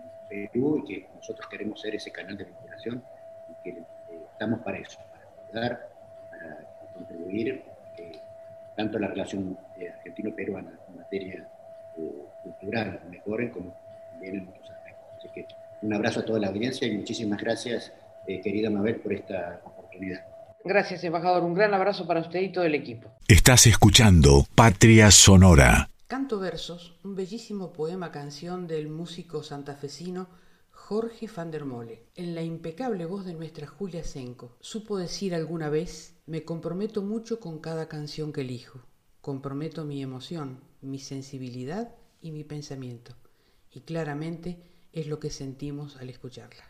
Speaker 8: Perú, y que nosotros queremos ser ese canal de vinculación y que eh, estamos para eso, para ayudar, para contribuir eh, tanto la relación eh, argentino-peruana en materia eh, cultural mejoren como también en otros aspectos. Así que un abrazo a toda la audiencia y muchísimas gracias, eh, querida Mabel, por esta oportunidad.
Speaker 3: Gracias, embajador. Un gran abrazo para usted y todo el equipo.
Speaker 1: Estás escuchando Patria Sonora.
Speaker 3: Canto versos, un bellísimo poema canción del músico santafesino Jorge van der Mole, en la impecable voz de nuestra Julia Senco. Supo decir alguna vez: me comprometo mucho con cada canción que elijo. Comprometo mi emoción, mi sensibilidad y mi pensamiento. Y claramente es lo que sentimos al escucharla.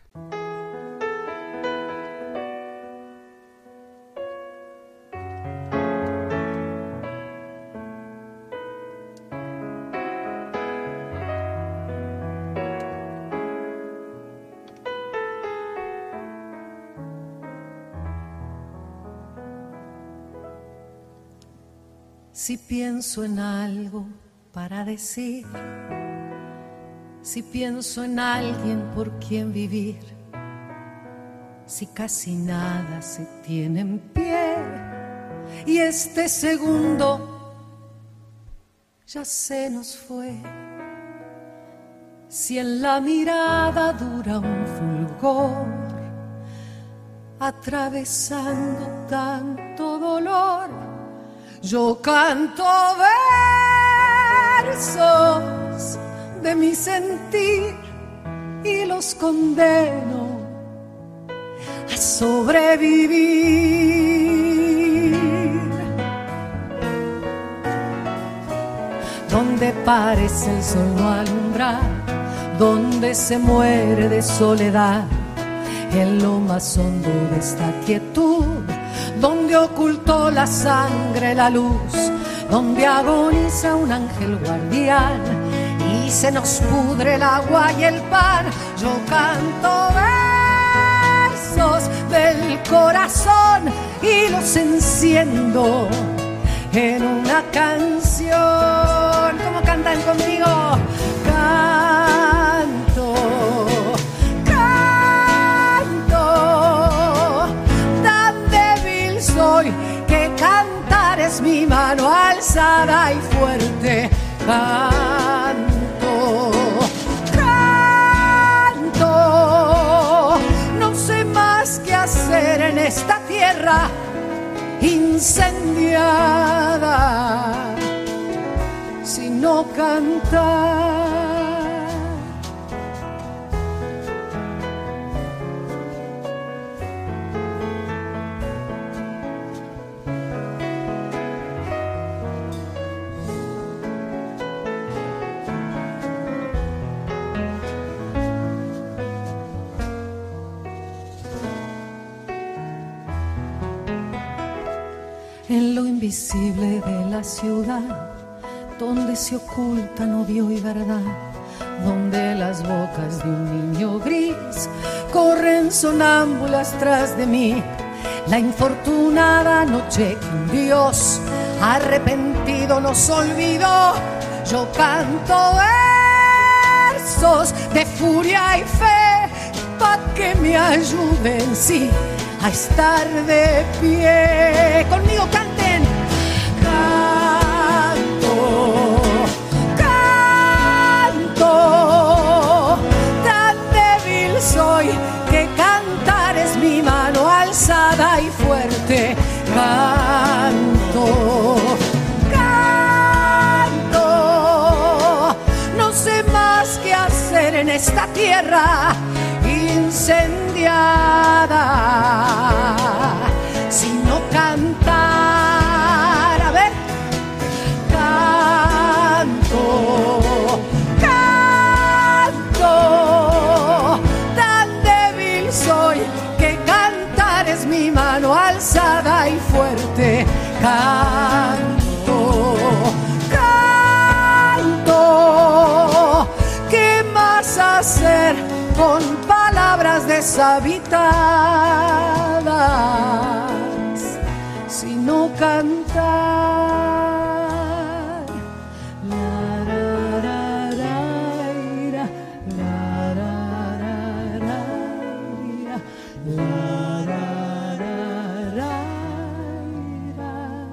Speaker 9: Si pienso en algo para decir, si pienso en alguien por quien vivir, si casi nada se tiene en pie y este segundo ya se nos fue, si en la mirada dura un fulgor atravesando tanto dolor, yo canto versos de mi sentir y los condeno a sobrevivir. Donde parece el sol no alumbrar, donde se muere de soledad, en lo más hondo de esta quietud, donde ocultó la sangre la luz, donde agoniza un ángel guardián y se nos pudre el agua y el pan, yo canto versos del corazón y los enciendo en una canción. ¿Cómo cantan conmigo? Canto, canto, tan débil soy alzada y fuerte canto, canto. No sé más qué hacer en esta tierra incendiada, sino cantar. En lo invisible de la ciudad, donde se ocultan odio y verdad, donde las bocas de un niño gris corren sonámbulas tras de mí, la infortunada noche que un Dios arrepentido nos olvidó, yo canto versos de furia y fe pa' que me ayuden, sí, a estar de pie. Conmigo canten. Canto, canto, tan débil soy que cantar es mi mano alzada y fuerte. Canto, canto, no sé más qué hacer en esta tierra incendiada, sino cantar. A ver, canto, canto, tan débil soy que cantar es mi mano alzada y fuerte. Canto, canto, ¿qué más hacer con palabras deshabitadas, sino cantar? La, ra, ra, ra, ira, la, ra, ra, ra, ira, la, ra, ra, ra, ira.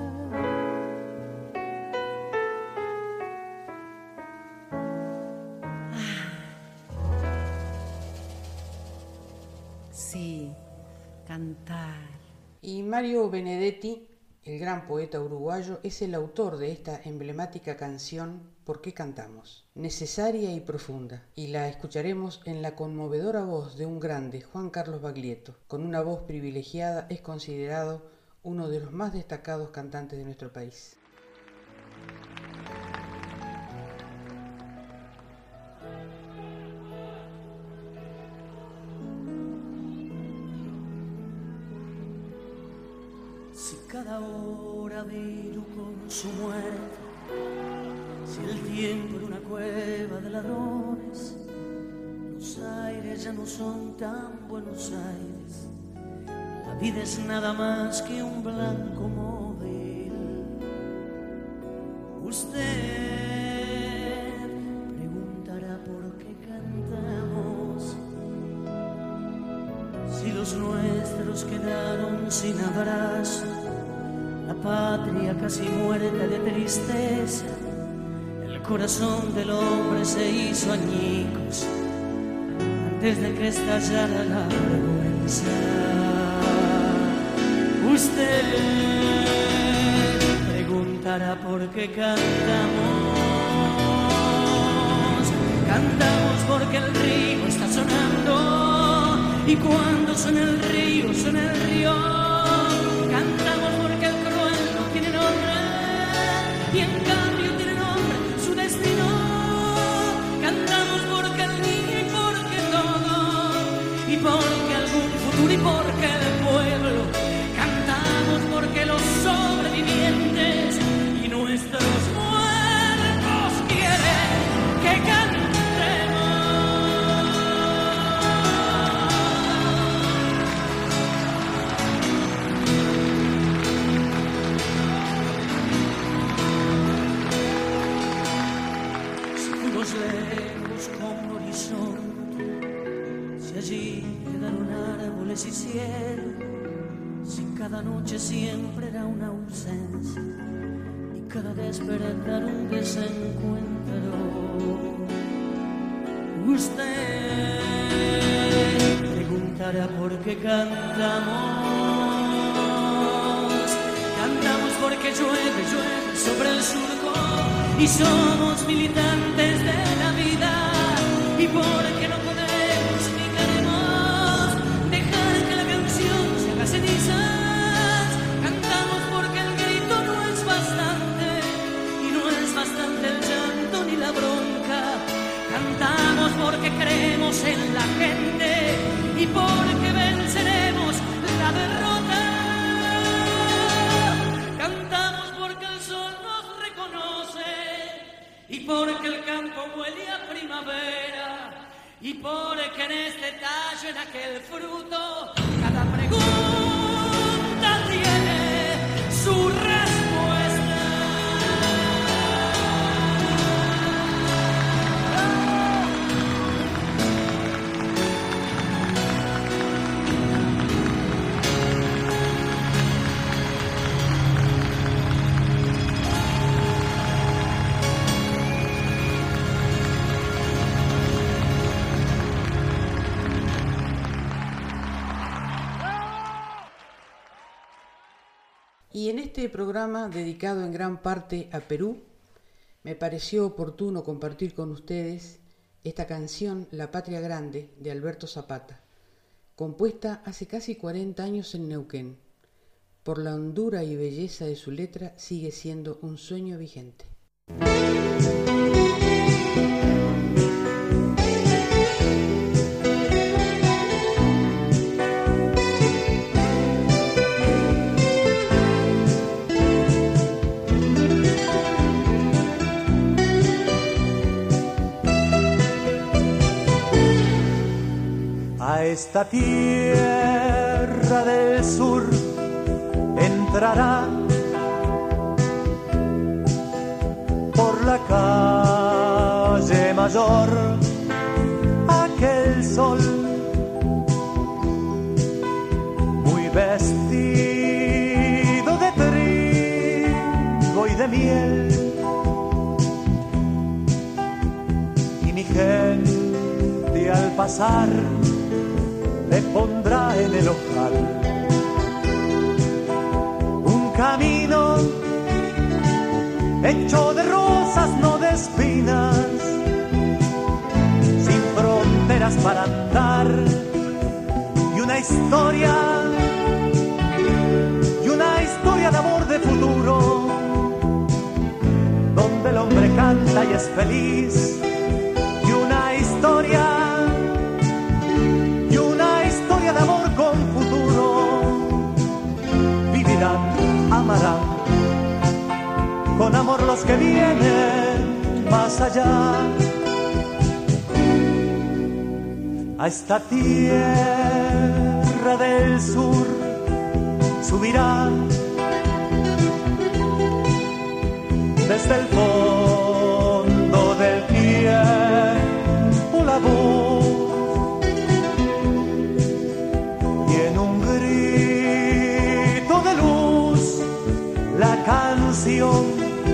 Speaker 9: Sí, cantar.
Speaker 3: Y Mario Benedetti, el gran poeta uruguayo, es el autor de esta emblemática canción ¿Por qué cantamos?, necesaria y profunda, y la escucharemos en la conmovedora voz de un grande, Juan Carlos Baglietto. Con una voz privilegiada es considerado uno de los más destacados cantantes de nuestro país.
Speaker 5: Si cada hora vino con su muerte, si el tiempo era una cueva de ladrones, los aires ya no son tan Buenos Aires, la vida es nada más que un blanco móvil. Usted preguntará por qué cantamos, si los nuestros quedaron sin abrazo, la patria casi muerta de tristeza, el corazón del hombre se hizo añicos antes de que estallara la vergüenza. Usted preguntará por qué cantamos, cantamos porque el río está sonando, y cuando suena el río, suena el río. Cantamos porque el cruel no tiene nombre, y en cambio tiene nombre su destino. Cantamos porque el niño y porque todo, y porque algún futuro y porque el pueblo. Cantamos porque los sobrevivientes y nuestros muertos quieren que cantemos. Lejos como horizonte, si allí quedaron árboles y cielo, si cada noche siempre era una ausencia, y cada despertar un desencuentro. Usted preguntará por qué cantamos. Cantamos porque llueve, llueve sobre el surco y somos militantes de la vida, y porque no podemos ni queremos dejar que la canción se haga cenizas. Cantamos porque el grito no es bastante y no es bastante el llanto ni la bronca. Cantamos porque creemos en la gente y porque venceremos la derrota. Cantamos porque el sol nos reconoce y porque el campo huele a primavera y porque en este tallo, en aquel fruto, cada pregunta tiene su respuesta.
Speaker 3: Y en este programa, dedicado en gran parte a Perú, me pareció oportuno compartir con ustedes esta canción La Patria Grande de Alberto Zapata, compuesta hace casi cuarenta años en Neuquén. Por la hondura y belleza de su letra, sigue siendo un sueño vigente.
Speaker 10: A esta tierra del sur entrará por la calle mayor aquel sol muy vestido de trigo y de miel, y mi gente al pasar le pondrá en el ojal un camino hecho de rosas, no de espinas, sin fronteras para andar, y una historia, y una historia de amor de futuro, donde el hombre canta y es feliz, y una historia de amor con futuro. Vivirán, amarán con amor los que vienen más allá. A esta tierra del sur subirán desde el fondo del tiempo la voz, la canción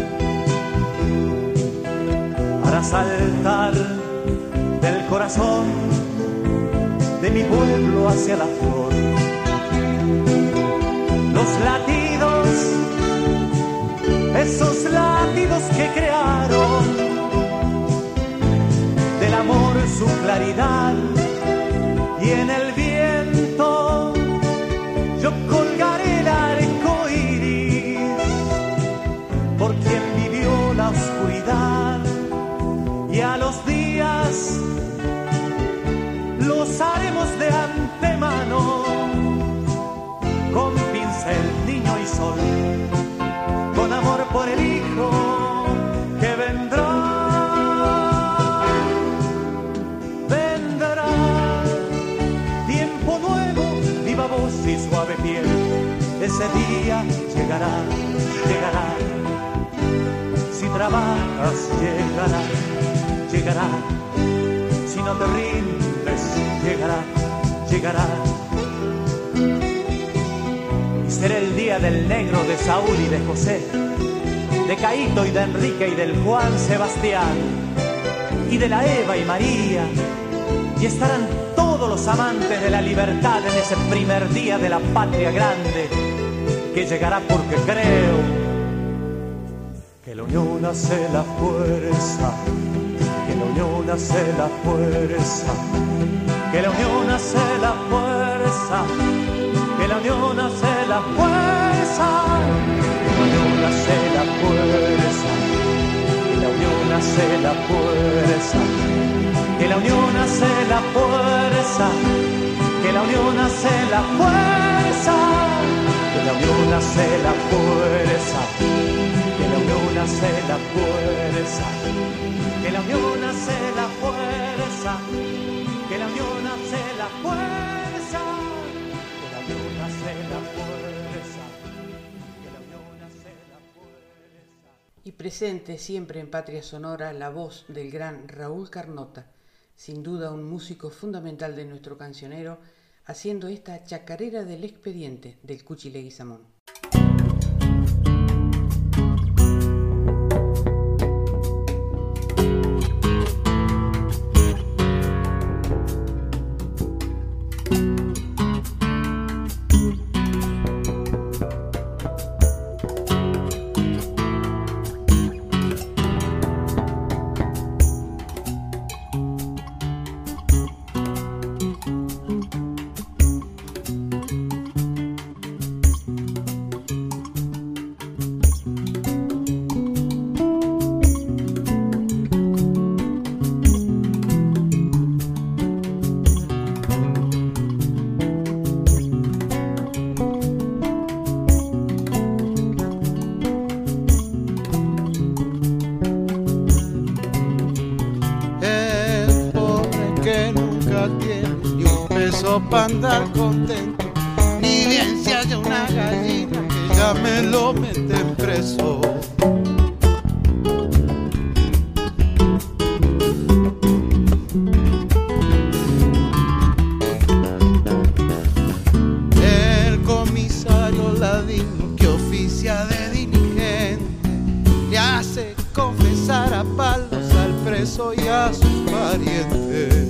Speaker 10: para saltar del corazón de mi pueblo hacia la flor. Los latidos, esos latidos que crearon del amor su claridad, y en el viento yo colgaré el arco iris por quien vivió la oscuridad, y a los días los haremos de antemano con pincel, niño y sol, con amor por el hijo que vendrá. Vendrá tiempo nuevo, viva voz y suave piel, ese día llegará, llegará. Si trabajas, llegará, llegará. Si no te rindes, llegará, llegará. Y será el día del negro, de Saúl y de José, de Caíto y de Enrique y del Juan Sebastián, y de la Eva y María, y estarán todos los amantes de la libertad en ese primer día de la patria grande, que llegará porque creo que la unión hace la fuerza, que la unión hace la fuerza, que la unión hace la fuerza, que la unión hace la fuerza, que la unión hace la fuerza, que la unión hace la fuerza, que la unión hace la fuerza, que la unión hace la fuerza, que la unión hace la fuerza, que la unión hace la fuerza, que la unión hace la fuerza, que la unión hace la fuerza, que la unión hace la fuerza, que la unión hace la fuerza.
Speaker 3: Y presente siempre en Patria Sonora la voz del gran Raúl Carnota, sin duda un músico fundamental de nuestro cancionero, haciendo esta chacarera del expediente del Cuchi Leguizamón.
Speaker 11: Pa' andar contento, ni bien si haya una gallina que ya me lo meten preso. El comisario ladino que oficia de diligente le hace confesar a palos al preso y a sus parientes.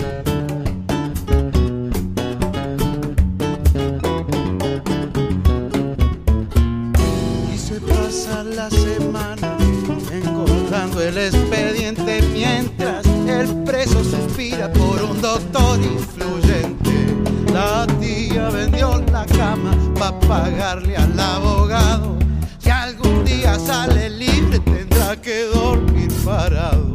Speaker 11: La semana encontrando el expediente mientras el preso suspira por un doctor influyente. La tía vendió la cama pa' pagarle al abogado. Si algún día sale libre tendrá que dormir parado.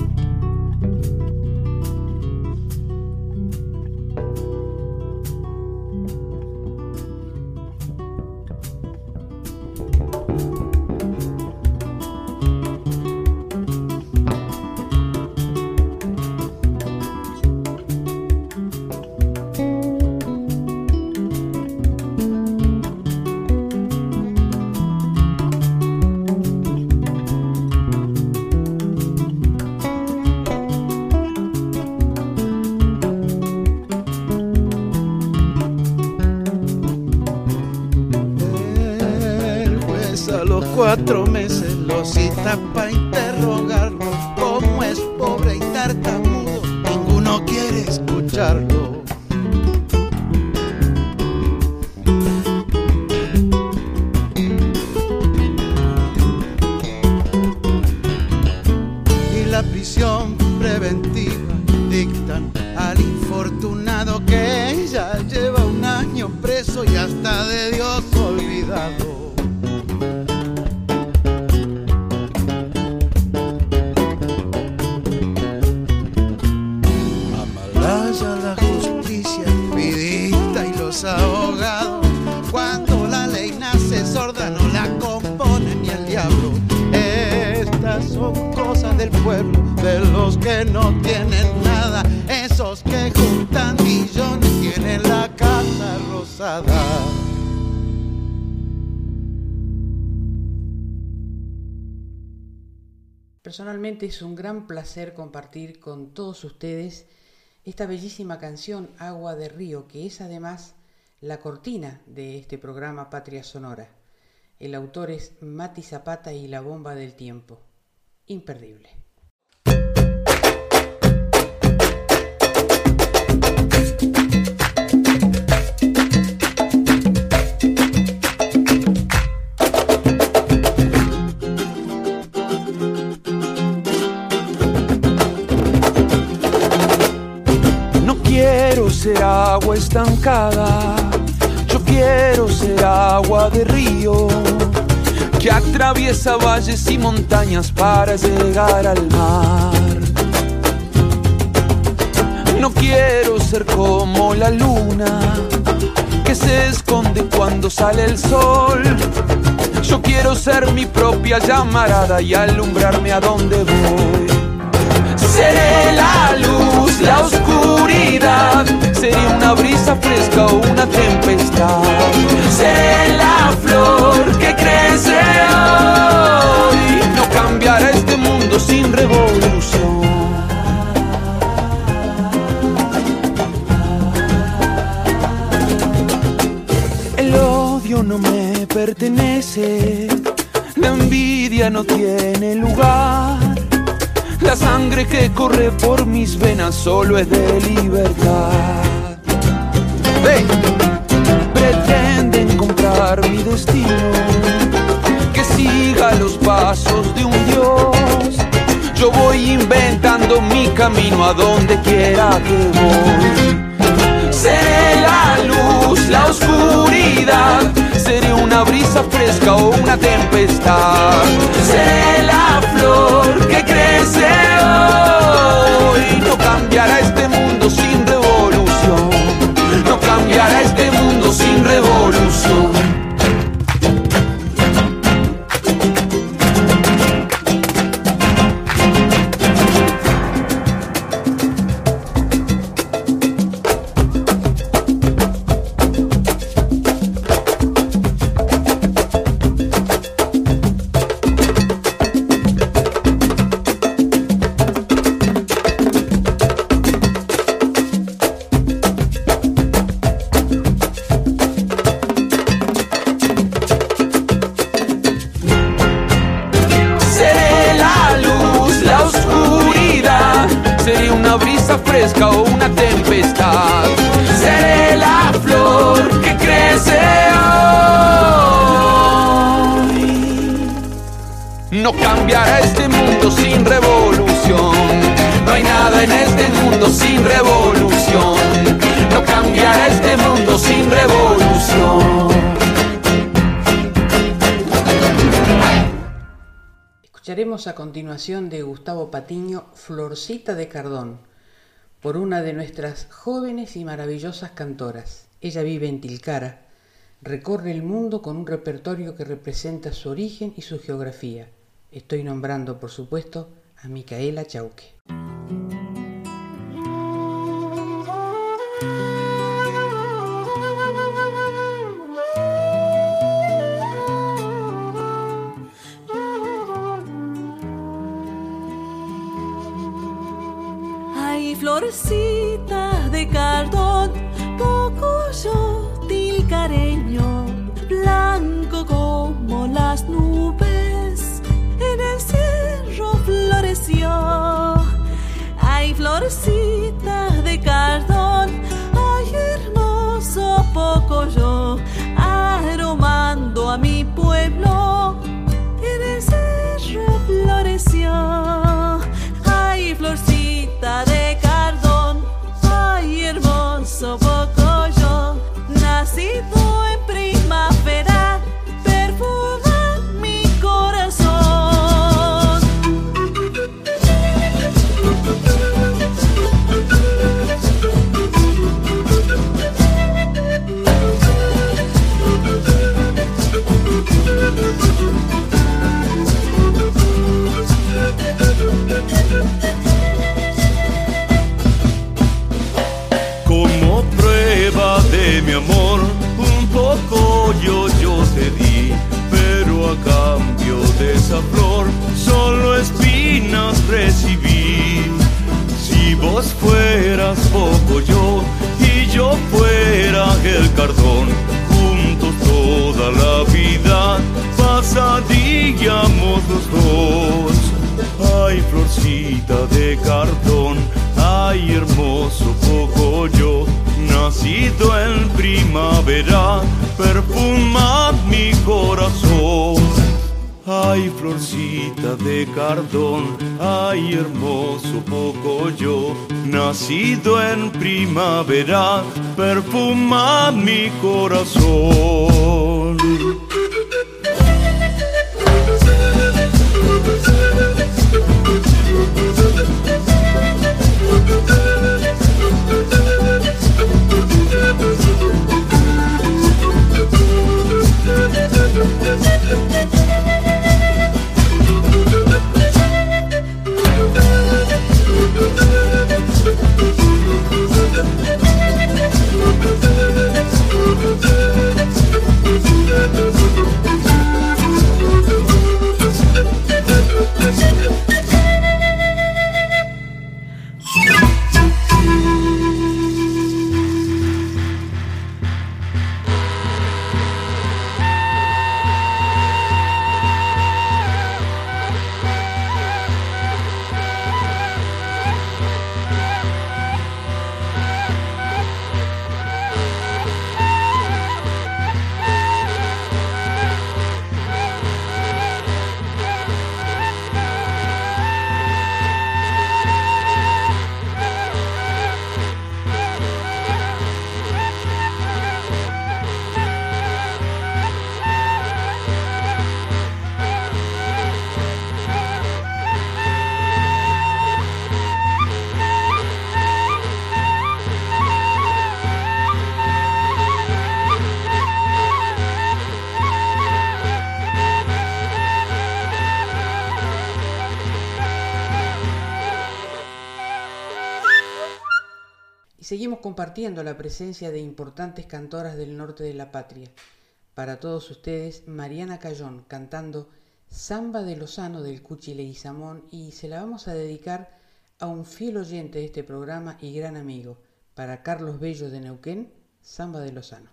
Speaker 11: Cuatro meses lo cita pa' interrogarlo. Como es pobre y tartamudo, ninguno quiere escucharlo. Y la prisión preventiva dictan al infortunado que ya lleva un año preso y hasta de Dios olvidado. Ahogados, cuando la ley nace sorda no la compone ni el diablo. Estas son cosas del pueblo, de los que no tienen nada, esos que juntan millones tienen la casa rosada.
Speaker 3: Personalmente es un gran placer compartir con todos ustedes esta bellísima canción Agua de Río, que es además la cortina de este programa Patria Sonora. El autor es Mati Zapata y la bomba del tiempo. Imperdible.
Speaker 2: Quiero ser agua estancada, yo quiero ser agua de río que atraviesa valles y montañas para llegar al mar. No quiero ser como la luna que se esconde cuando sale el sol. Yo quiero ser mi propia llamarada y alumbrarme a donde voy. Seré la luz, la oscuridad, seré una brisa fresca o una tempestad. Seré la flor que crece hoy, no cambiará este mundo sin revolución. El odio no me pertenece, la envidia no tiene lugar. La sangre que corre por mis venas solo es de libertad. Hey. Pretenden comprar mi destino, que siga los pasos de un dios. Yo voy inventando mi camino a donde quiera que voy. Seré la luz, la oscuridad, seré una brisa fresca o una tempestad. Seré la flor que crece hoy, no cambiará este mundo sin revolución. No cambiará este mundo sin revolución. Fresca o una tempestad, seré la flor que crece hoy. No cambiará este mundo sin revolución. No hay nada en este mundo sin revolución. No cambiará este mundo sin revolución.
Speaker 3: Escucharemos a continuación de Gustavo Patiño, Florcita de Cardón, por una de nuestras jóvenes y maravillosas cantoras. Ella vive en Tilcara, recorre el mundo con un repertorio que representa su origen y su geografía. Estoy nombrando, por supuesto, a Micaela Chauque.
Speaker 12: Florcita de cardón, poco yo tilcareño, blanco como las nubes, en el cerro floreció. Ay, florcita de cardón, ay, hermoso poco yo, aromando a mi pueblo, en el cerro floreció. Ay, florcita de cardón, ay, hermoso poco yo, nacido en primavera, perfuma mi corazón.
Speaker 13: Como prueba de mi amor, un poco yo, yo te di, pero a cambio de esa flor, solo espinas recibí. Si vos fueras poco yo, y yo fuera el cardón, juntos toda la vida, nacido en primavera, perfuma mi corazón. Ay, florcita de cardón, ay, hermoso pocoyo, nacido en primavera, perfuma mi corazón.
Speaker 3: Seguimos compartiendo la presencia de importantes cantoras del norte de la patria. Para todos ustedes, Mariana Cayón cantando Samba de Lozano del Cuchi Leguizamón, y se la vamos a dedicar a un fiel oyente de este programa y gran amigo, para Carlos Bello de Neuquén, Samba de Lozano.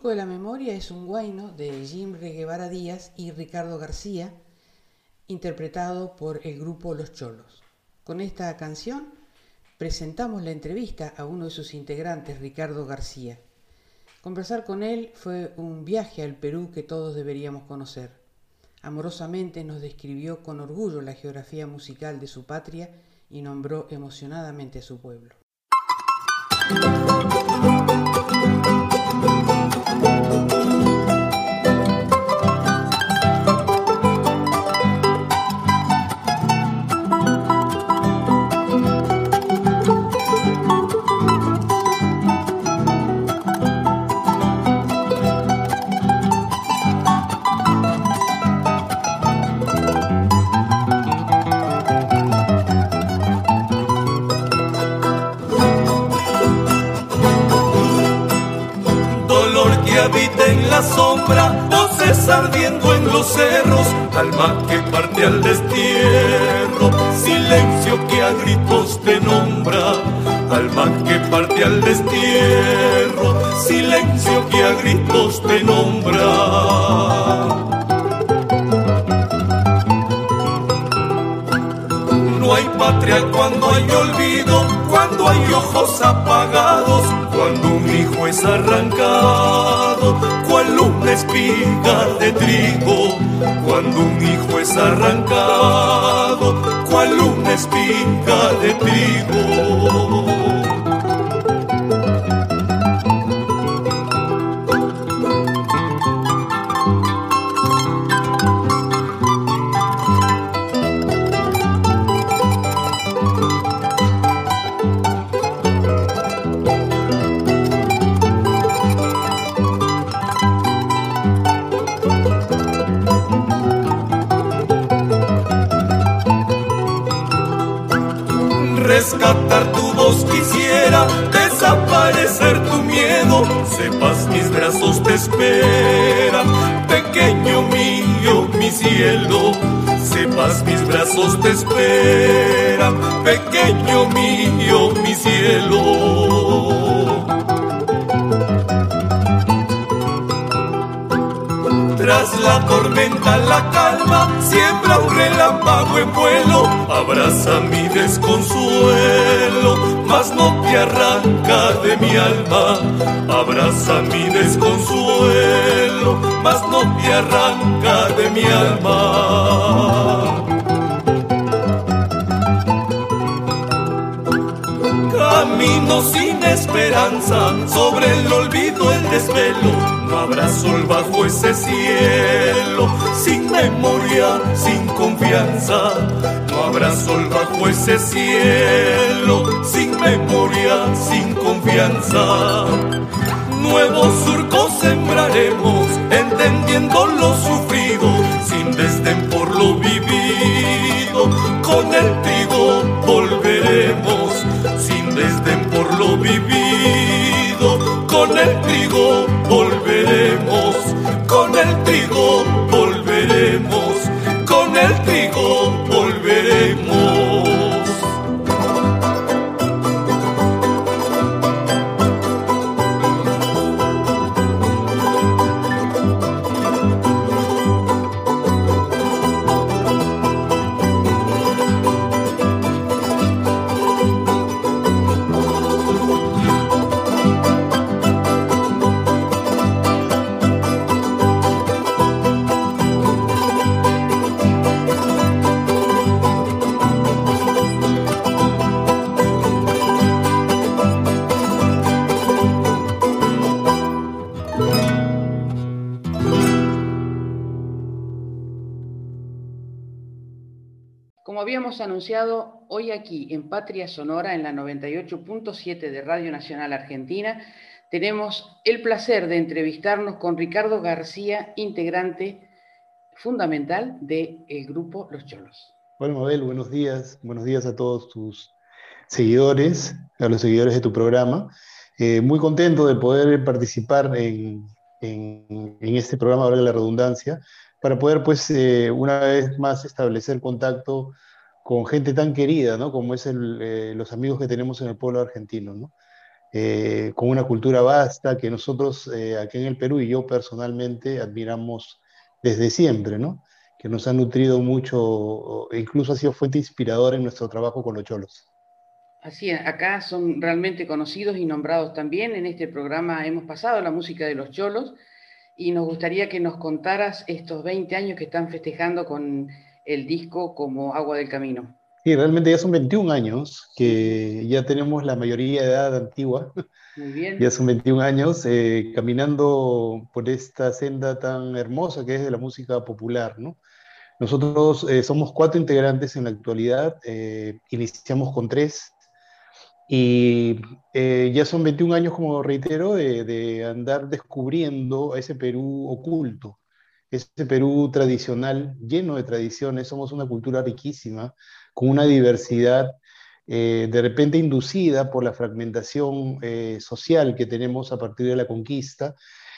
Speaker 3: Surco de la Memoria es un guayno de Jim Guevara Díaz y Ricardo García, interpretado por el grupo Los Cholos. Con esta canción presentamos la entrevista a uno de sus integrantes, Ricardo García. Conversar con él fue un viaje al Perú que todos deberíamos conocer. Amorosamente nos describió con orgullo la geografía musical de su patria y nombró emocionadamente a su pueblo.
Speaker 13: Habita en la sombra, voces ardiendo en los cerros, alma que parte al destierro, silencio que a gritos te nombra, alma que parte al destierro, silencio que a gritos te nombra. No hay patria cuando hay olvido, cuando hay ojos apagados, cuando un hijo es arrancado, cual una espiga de trigo, cuando un hijo es arrancado, cual una espiga de trigo. Rescatar tu voz quisiera, desaparecer tu miedo, sepas mis brazos te esperan, pequeño mío, mi cielo, sepas mis brazos te esperan, pequeño mío, mi cielo. Tras la tormenta la calma, siembra un relámpago en vuelo, abraza mi desconsuelo, mas no te arranca de mi alma. Abraza mi desconsuelo, mas no te arranca de mi alma. Camino sin esperanza, sobre el olvido el desvelo, no habrá sol bajo ese cielo, sin memoria, sin confianza. No habrá sol bajo ese cielo, sin memoria, sin confianza. Nuevos surcos sembraremos, entendiendo lo sufrido, sin desdén por lo vivido. Con el trigo volveremos, sin desdén por lo vivido. Con el trigo volveremos, con el trigo volveremos, con el trigo volveremos.
Speaker 3: Como habíamos anunciado, hoy aquí en Patria Sonora, en la noventa y ocho punto siete de Radio Nacional Argentina, tenemos el placer de entrevistarnos con Ricardo García, integrante fundamental del grupo Los Cholos.
Speaker 14: Hola Mabel, buenos días. Buenos días a todos tus seguidores, a los seguidores de tu programa. Eh, muy contento de poder participar en, en, en este programa, valga la redundancia, para poder, pues, eh, una vez más establecer contacto con gente tan querida, ¿no? Como es el, eh, los amigos que tenemos en el pueblo argentino, ¿no? eh, con una cultura vasta que nosotros eh, aquí en el Perú y yo personalmente admiramos desde siempre, ¿no? Que nos ha nutrido mucho, e incluso ha sido fuente inspiradora en nuestro trabajo con los cholos.
Speaker 3: Así es, acá son realmente conocidos y nombrados también. En este programa hemos pasado la música de los cholos y nos gustaría que nos contaras estos veinte años que están festejando con el disco como Agua del Camino.
Speaker 14: Sí, realmente ya son veintiún años que ya tenemos la mayoría de edad antigua.
Speaker 3: Muy bien.
Speaker 14: Ya son veintiún años eh, caminando por esta senda tan hermosa que es de la música popular, ¿no? Nosotros eh, somos cuatro integrantes en la actualidad, eh, iniciamos con tres y eh, ya son veintiún años, como reitero, de, de andar descubriendo ese Perú oculto, ese Perú tradicional, lleno de tradiciones. Somos una cultura riquísima, con una diversidad eh, de repente inducida por la fragmentación eh, social que tenemos a partir de la conquista,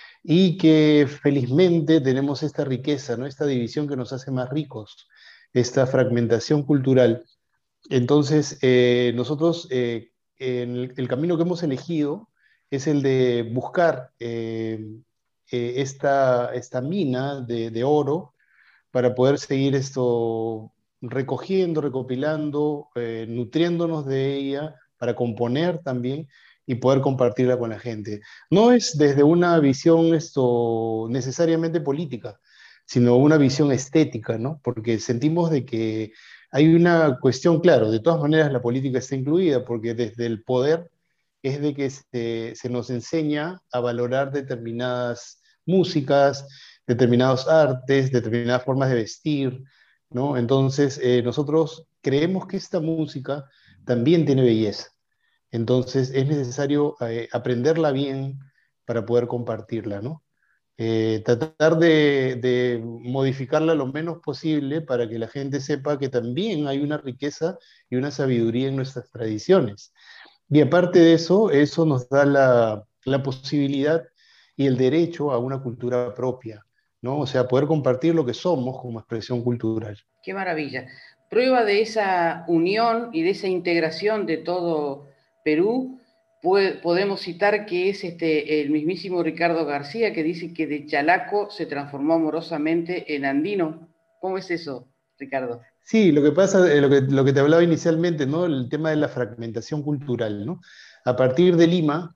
Speaker 14: y que felizmente tenemos esta riqueza, ¿no? Esta división que nos hace más ricos, esta fragmentación cultural. Entonces, eh, nosotros, eh, en el, el camino que hemos elegido es el de buscar eh, eh, esta, esta mina de, de oro para poder seguir esto recogiendo, recopilando, eh, nutriéndonos de ella, para componer también y poder compartirla con la gente. No es desde una visión esto necesariamente política, sino una visión estética, ¿no? Porque sentimos de que hay una cuestión, claro, de todas maneras la política está incluida, porque desde el poder es de que se, se nos enseña a valorar determinadas músicas, determinados artes, determinadas formas de vestir, ¿no? Entonces, eh, nosotros creemos que esta música también tiene belleza. Entonces, es necesario eh, aprenderla bien para poder compartirla, ¿no? Eh, tratar de, de modificarla lo menos posible para que la gente sepa que también hay una riqueza y una sabiduría en nuestras tradiciones. Y aparte de eso, eso nos da la, la posibilidad y el derecho a una cultura propia, ¿no? O sea, poder compartir lo que somos como expresión cultural.
Speaker 3: Qué maravilla. Prueba de esa unión y de esa integración de todo Perú, podemos citar que es este, el mismísimo Ricardo García, que dice que de chalaco se transformó amorosamente en andino. ¿Cómo es eso, Ricardo?
Speaker 14: Sí, lo que pasa, eh, lo, que, lo que te hablaba inicialmente, ¿no? El tema de la fragmentación cultural, ¿no? A partir de Lima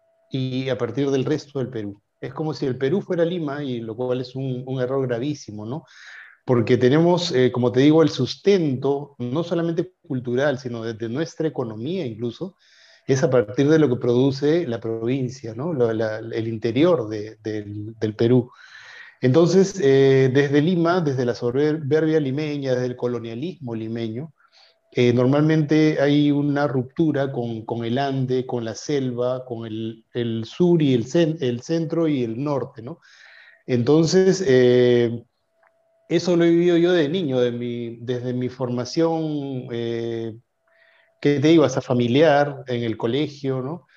Speaker 14: y a partir del resto del Perú. Es como si el Perú fuera Lima, y lo cual es un, un error gravísimo, ¿no? Porque tenemos, eh, como te digo, el sustento, no solamente cultural, sino desde nuestra economía incluso, es a partir de lo que produce la provincia, ¿no? La, la, el interior de, de, del Perú. Entonces, eh, desde Lima, desde la soberbia limeña, desde el colonialismo limeño, eh, normalmente hay una ruptura con, con el Ande, con la selva, con el, el sur y el, cen, el centro y el norte, ¿no? Entonces, eh, eso lo he vivido yo de niño, de mi, desde mi formación, eh, ¿qué te digo? Hasta familiar, en el colegio, ¿no?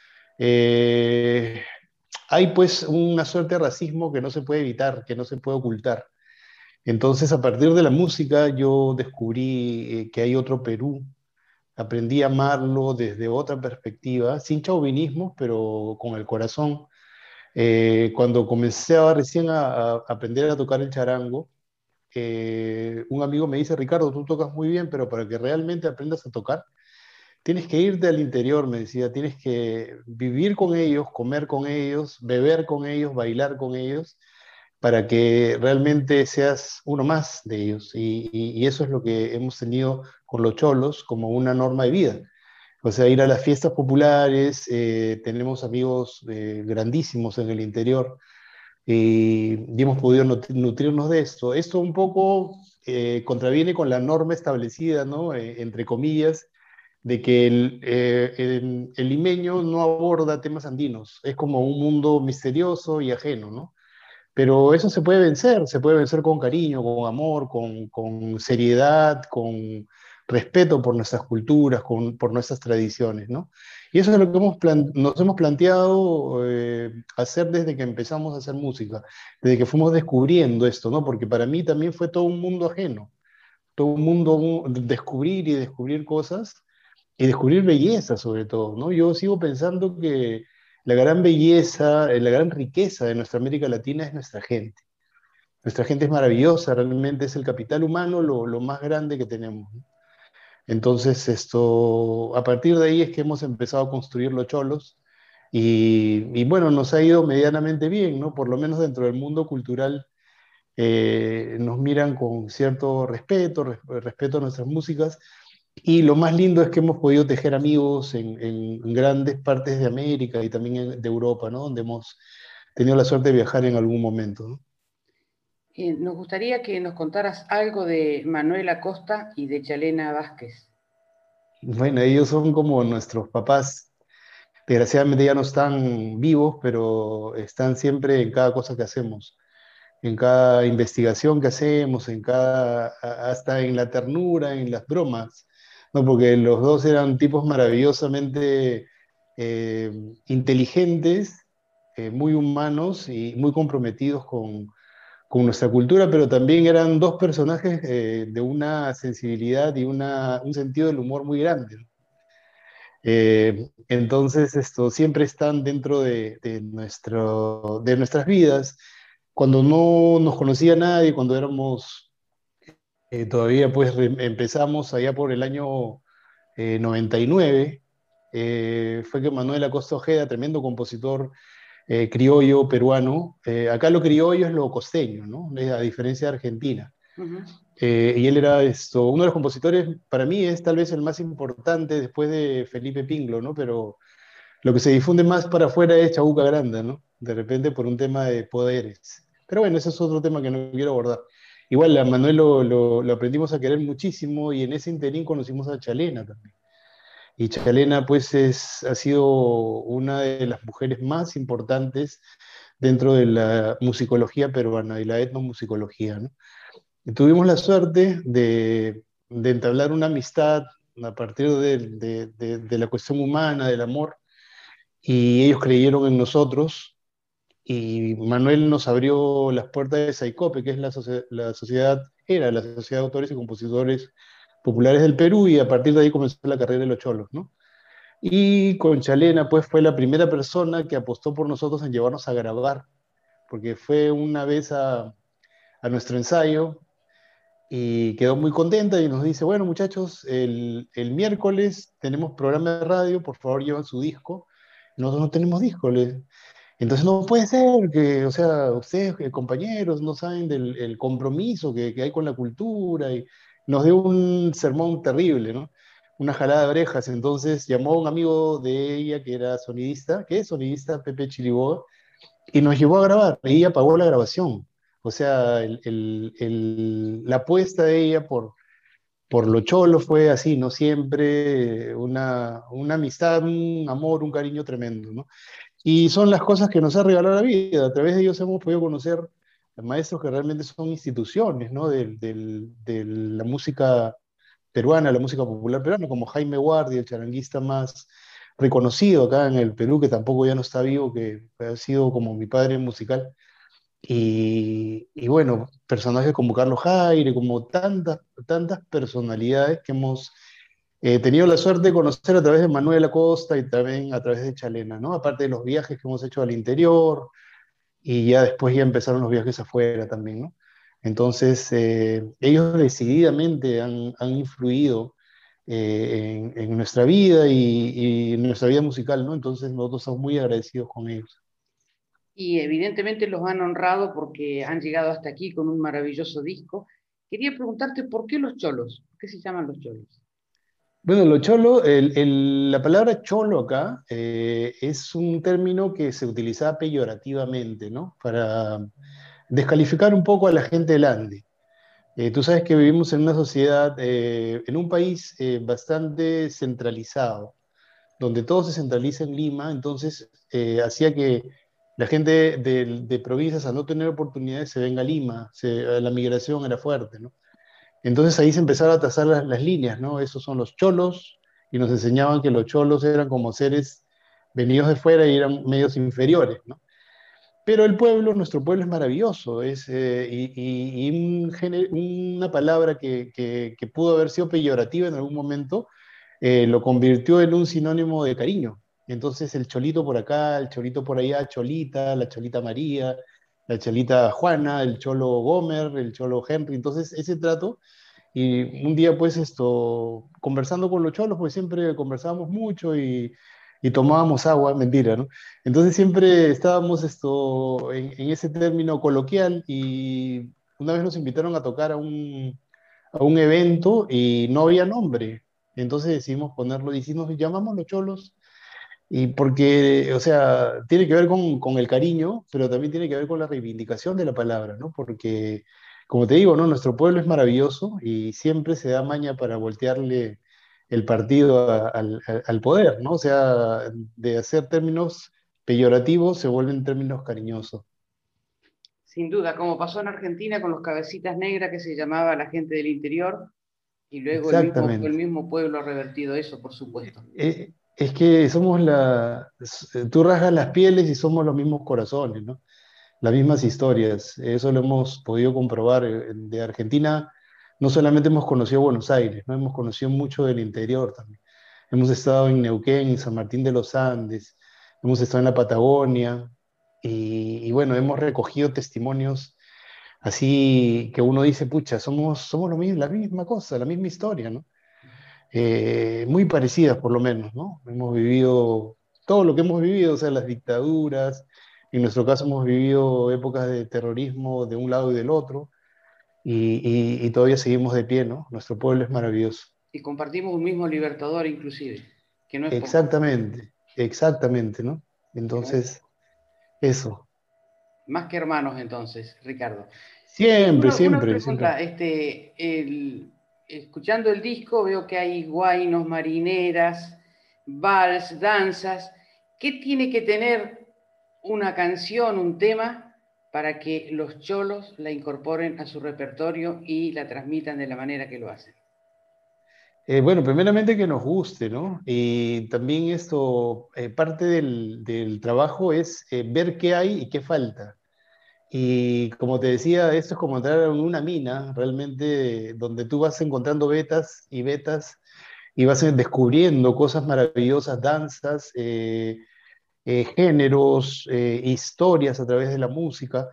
Speaker 14: Eh, hay pues una suerte de racismo que no se puede evitar, que no se puede ocultar. Entonces, a partir de la música, yo descubrí eh, que hay otro Perú. Aprendí a amarlo desde otra perspectiva, sin chauvinismo, pero con el corazón. Eh, cuando comencé a, recién a, a aprender a tocar el charango, eh, un amigo me dice: Ricardo, tú tocas muy bien, pero para que realmente aprendas a tocar, tienes que irte al interior, me decía, tienes que vivir con ellos, comer con ellos, beber con ellos, bailar con ellos, para que realmente seas uno más de ellos. Y, y, y eso es lo que hemos tenido con los cholos como una norma de vida. O sea, ir a las fiestas populares, eh, tenemos amigos eh, grandísimos en el interior, y, y hemos podido nutrirnos de esto. Esto un poco eh, contraviene con la norma establecida, ¿no? Eh, entre comillas, de que el, eh, el, el limeño no aborda temas andinos, es como un mundo misterioso y ajeno, ¿no? Pero eso se puede vencer, se puede vencer con cariño, con amor, con, con seriedad, con respeto por nuestras culturas, con, por nuestras tradiciones, ¿no? Y eso es lo que hemos plan, nos hemos planteado eh, hacer desde que empezamos a hacer música, desde que fuimos descubriendo esto, ¿no? Porque para mí también fue todo un mundo ajeno, todo un mundo, un, descubrir y descubrir cosas. y descubrir belleza sobre todo, ¿no? Yo sigo pensando que la gran belleza, eh, la gran riqueza de nuestra América Latina es nuestra gente. Nuestra gente es maravillosa, realmente es el capital humano lo, lo más grande que tenemos, ¿no? Entonces, esto, a partir de ahí es que hemos empezado a construir los cholos y, y bueno, nos ha ido medianamente bien, ¿no? Por lo menos dentro del mundo cultural eh, nos miran con cierto respeto, res- respeto a nuestras músicas y lo más lindo es que hemos podido tejer amigos en, en grandes partes de América y también en- de Europa, ¿no? Donde hemos tenido la suerte de viajar en algún momento, ¿no?
Speaker 3: Eh, nos gustaría que nos contaras algo de Manuel Acosta y de Chalena Vázquez.
Speaker 14: Bueno, ellos son como nuestros papás. Desgraciadamente ya no están vivos, pero están siempre en cada cosa que hacemos, en cada investigación que hacemos, en cada, a- hasta en la ternura, en las bromas, ¿no? Porque los dos eran tipos maravillosamente eh, inteligentes, eh, muy humanos y muy comprometidos con, con nuestra cultura, pero también eran dos personajes eh, de una sensibilidad y una, un sentido del humor muy grande, ¿no? Eh, entonces, esto siempre están dentro de, de nuestro, de nuestras vidas. Cuando no nos conocía nadie, cuando éramos eh, todavía, pues re- empezamos allá por el año eh, noventa y nueve, eh, fue que Manuel Acosta Ojeda, tremendo compositor eh, criollo peruano, eh, acá lo criollo es lo costeño, ¿no? Eh, A diferencia de Argentina.
Speaker 3: Ujú.
Speaker 14: Eh, y él era esto, uno de los compositores, para mí es tal vez el más importante después de Felipe Pinglo, ¿no? Pero lo que se difunde más para afuera es Chabuca Granda, ¿no? De repente por un tema de poderes. Pero bueno, ese es otro tema que no quiero abordar. Igual a Manuel lo, lo- lo aprendimos a querer muchísimo y en ese interín conocimos a Chalena también. Y Chalena pues es, ha sido una de las mujeres más importantes dentro de la musicología peruana y la etnomusicología, ¿no? Y tuvimos la suerte de, de entablar una amistad a partir de, de- de- de la cuestión humana, del amor, y ellos creyeron en nosotros, y Manuel nos abrió las puertas de SAICOPE, que es la, socie- la sociedad, era la Sociedad de Autores y Compositores Populares del Perú, y a partir de ahí comenzó la carrera de los cholos, ¿no? Y con Chalena, pues fue la primera persona que apostó por nosotros en llevarnos a grabar, porque fue una vez a, a nuestro ensayo, y quedó muy contenta y nos dice, bueno muchachos, el, el miércoles tenemos programa de radio, por favor llevan su disco. Nosotros no tenemos disco. le- Entonces no puede ser que, o sea, ustedes, eh, compañeros, no saben del el compromiso que, que hay con la cultura y nos dio un sermón terrible, ¿no? Una jalada de orejas. Entonces llamó a un amigo de ella que era sonidista, que es sonidista, Pepe Chiriboga, y nos llevó a grabar, y ella pagó la grabación. O sea, el- el- el- la apuesta de ella por, por lo cholo fue así, ¿no? Siempre una, una amistad, un amor, un cariño tremendo, ¿no? Y son las cosas que nos ha regalado la vida. A través de ellos hemos podido conocer a maestros que realmente son instituciones, ¿no? Del- del- de la música peruana, la música popular peruana, como Jaime Guardia, el charanguista más reconocido acá en el Perú, que tampoco ya no está vivo, que ha sido como mi padre musical. Y, y bueno, personajes como Carlos Jaire, como tantas, tantas personalidades que hemos eh, tenido la suerte de conocer a través de Manuel Acosta y también a través de Chalena, ¿no? Aparte de los viajes que hemos hecho al interior, y ya después ya empezaron los viajes afuera también, ¿no? Entonces, eh, ellos decididamente han, han influido eh, en, en nuestra vida y, y en nuestra vida musical, ¿no? Entonces, nosotros estamos muy agradecidos con ellos.
Speaker 3: Y evidentemente los han honrado porque han llegado hasta aquí con un maravilloso disco. Quería preguntarte por qué los cholos, ¿por qué se llaman los cholos?
Speaker 14: Bueno, lo cholo, el- el- la palabra cholo acá eh, es un término que se utiliza peyorativamente, ¿no? Para descalificar un poco a la gente del Ande. Eh, tú sabes que vivimos en una sociedad, eh, en un país eh, bastante centralizado, donde todo se centraliza en Lima, entonces eh, hacía que la gente de, de provincias, al no tener oportunidades, se venga a Lima, se- la migración era fuerte, ¿no? Entonces ahí se empezaron a trazar las, las líneas, ¿no? Esos son los cholos, y nos enseñaban que los cholos eran como seres venidos de fuera y eran medios inferiores, ¿no? Pero el pueblo, nuestro pueblo es maravilloso, es, eh, y, y- y un géne- una palabra que, que- que pudo haber sido peyorativa en algún momento, eh, lo convirtió en un sinónimo de cariño. Entonces el cholito por acá, el cholito por allá, cholita, la cholita María, la cholita Juana, el cholo Gomer, el cholo Henry. Entonces ese trato, y un día pues esto, conversando con los cholos, pues siempre conversábamos mucho y, y tomábamos agua, mentira, ¿no? Entonces siempre estábamos esto, en, en ese término coloquial, y una vez nos invitaron a tocar a un, a un evento y no había nombre. Entonces decidimos ponerlo, y si nos llamamos Los Cholos, y porque, o sea, tiene que ver con, con el cariño, pero también tiene que ver con la reivindicación de la palabra, ¿no? Porque, como te digo, ¿no? Nuestro pueblo es maravilloso y siempre se da maña para voltearle el partido a- al, al- al poder, ¿no? O sea, de hacer términos peyorativos se vuelven términos cariñosos.
Speaker 3: Sin duda, como pasó en Argentina con los cabecitas negras que se llamaba la gente del interior, y luego el mismo, el
Speaker 14: Exactamente.
Speaker 3: mismo pueblo ha revertido eso, por supuesto.
Speaker 14: Eh, es que somos la, s- tú rasgas las pieles y somos los mismos corazones, ¿no? Las mismas historias. Eso lo hemos podido comprobar. eh, De Argentina no solamente hemos conocido Buenos Aires, ¿no? Hemos conocido mucho del interior también. Hemos estado en Neuquén, en San Martín de los Andes, hemos estado en la Patagonia y, y bueno, hemos recogido testimonios así que uno dice, pucha, somos, somos lo mismo, la misma cosa, la misma historia, ¿no? Eh, muy parecidas por lo menos, ¿no? Hemos vivido todo lo que hemos vivido, o sea, las dictaduras, en nuestro caso hemos vivido épocas de terrorismo de un lado y del otro, y, y- y todavía seguimos de pie, ¿no? Nuestro pueblo es maravilloso.
Speaker 3: Y compartimos un mismo libertador inclusive, que no es poco.
Speaker 14: Exactamente, exactamente, ¿no?
Speaker 3: Que no es
Speaker 14: Entonces, eso.
Speaker 3: más que hermanos entonces, Ricardo. Y
Speaker 14: Siempre,
Speaker 3: una, una
Speaker 14: siempre, siempre.
Speaker 3: pregunta, este, el- escuchando el disco veo que hay guainos, marineras, vals, danzas. ¿Qué tiene que tener una canción, un tema, para que los cholos la incorporen a su repertorio y la transmitan de la manera que lo hacen?
Speaker 14: Eh, bueno, primeramente que nos guste, ¿no? Y también esto, eh, parte del, del trabajo es eh, ver qué hay y qué falta. Y como te decía, esto es como entrar en una mina, realmente, donde tú vas encontrando vetas y vetas y vas descubriendo cosas maravillosas, danzas, eh, eh, géneros, eh, historias a través de la música.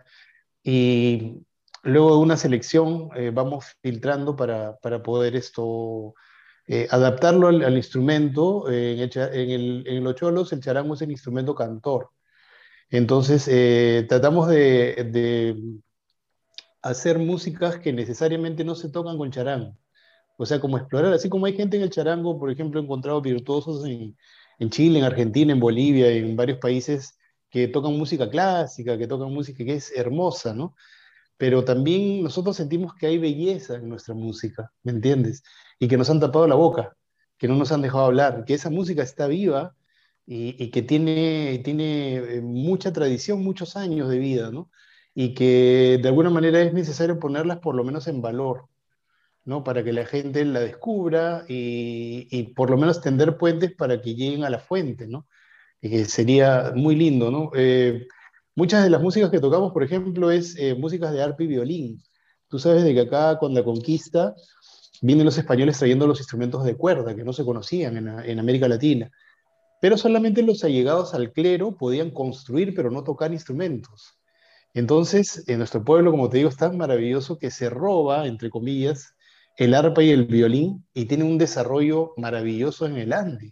Speaker 14: Y luego de una selección eh, vamos filtrando para, para poder esto, eh, adaptarlo al, al instrumento. Eh, en, el, cha- en el- en los cholos el charango es el instrumento cantor. Entonces, eh, tratamos de, de hacer músicas que necesariamente no se tocan con charango. O sea, como explorar, así como hay gente en el charango, por ejemplo, he encontrado virtuosos en, en Chile, en Argentina, en Bolivia, en varios países que tocan música clásica, que tocan música que es hermosa, ¿no? Pero también nosotros sentimos que hay belleza en nuestra música, ¿me entiendes? Y que nos han tapado la boca, que no nos han dejado hablar, que esa música está viva y, y que tiene, tiene eh, mucha tradición, muchos años de vida, ¿no? Y que de alguna manera es necesario ponerlas por lo menos en valor, ¿no? Para que la gente la descubra y, y por lo menos tender puentes para que lleguen a la fuente, ¿no? Y que sería muy lindo, ¿no? Eh, muchas de las músicas que tocamos, por ejemplo, es eh, músicas de arpa y violín. Tú sabes de que acá con la conquista vienen los españoles trayendo los instrumentos de cuerda que no se conocían en, en América Latina, pero solamente los allegados al clero podían construir pero no tocar instrumentos. Entonces, en nuestro pueblo, como te digo, es tan maravilloso que se roba, entre comillas, el arpa y el violín y tiene un desarrollo maravilloso en el Ande.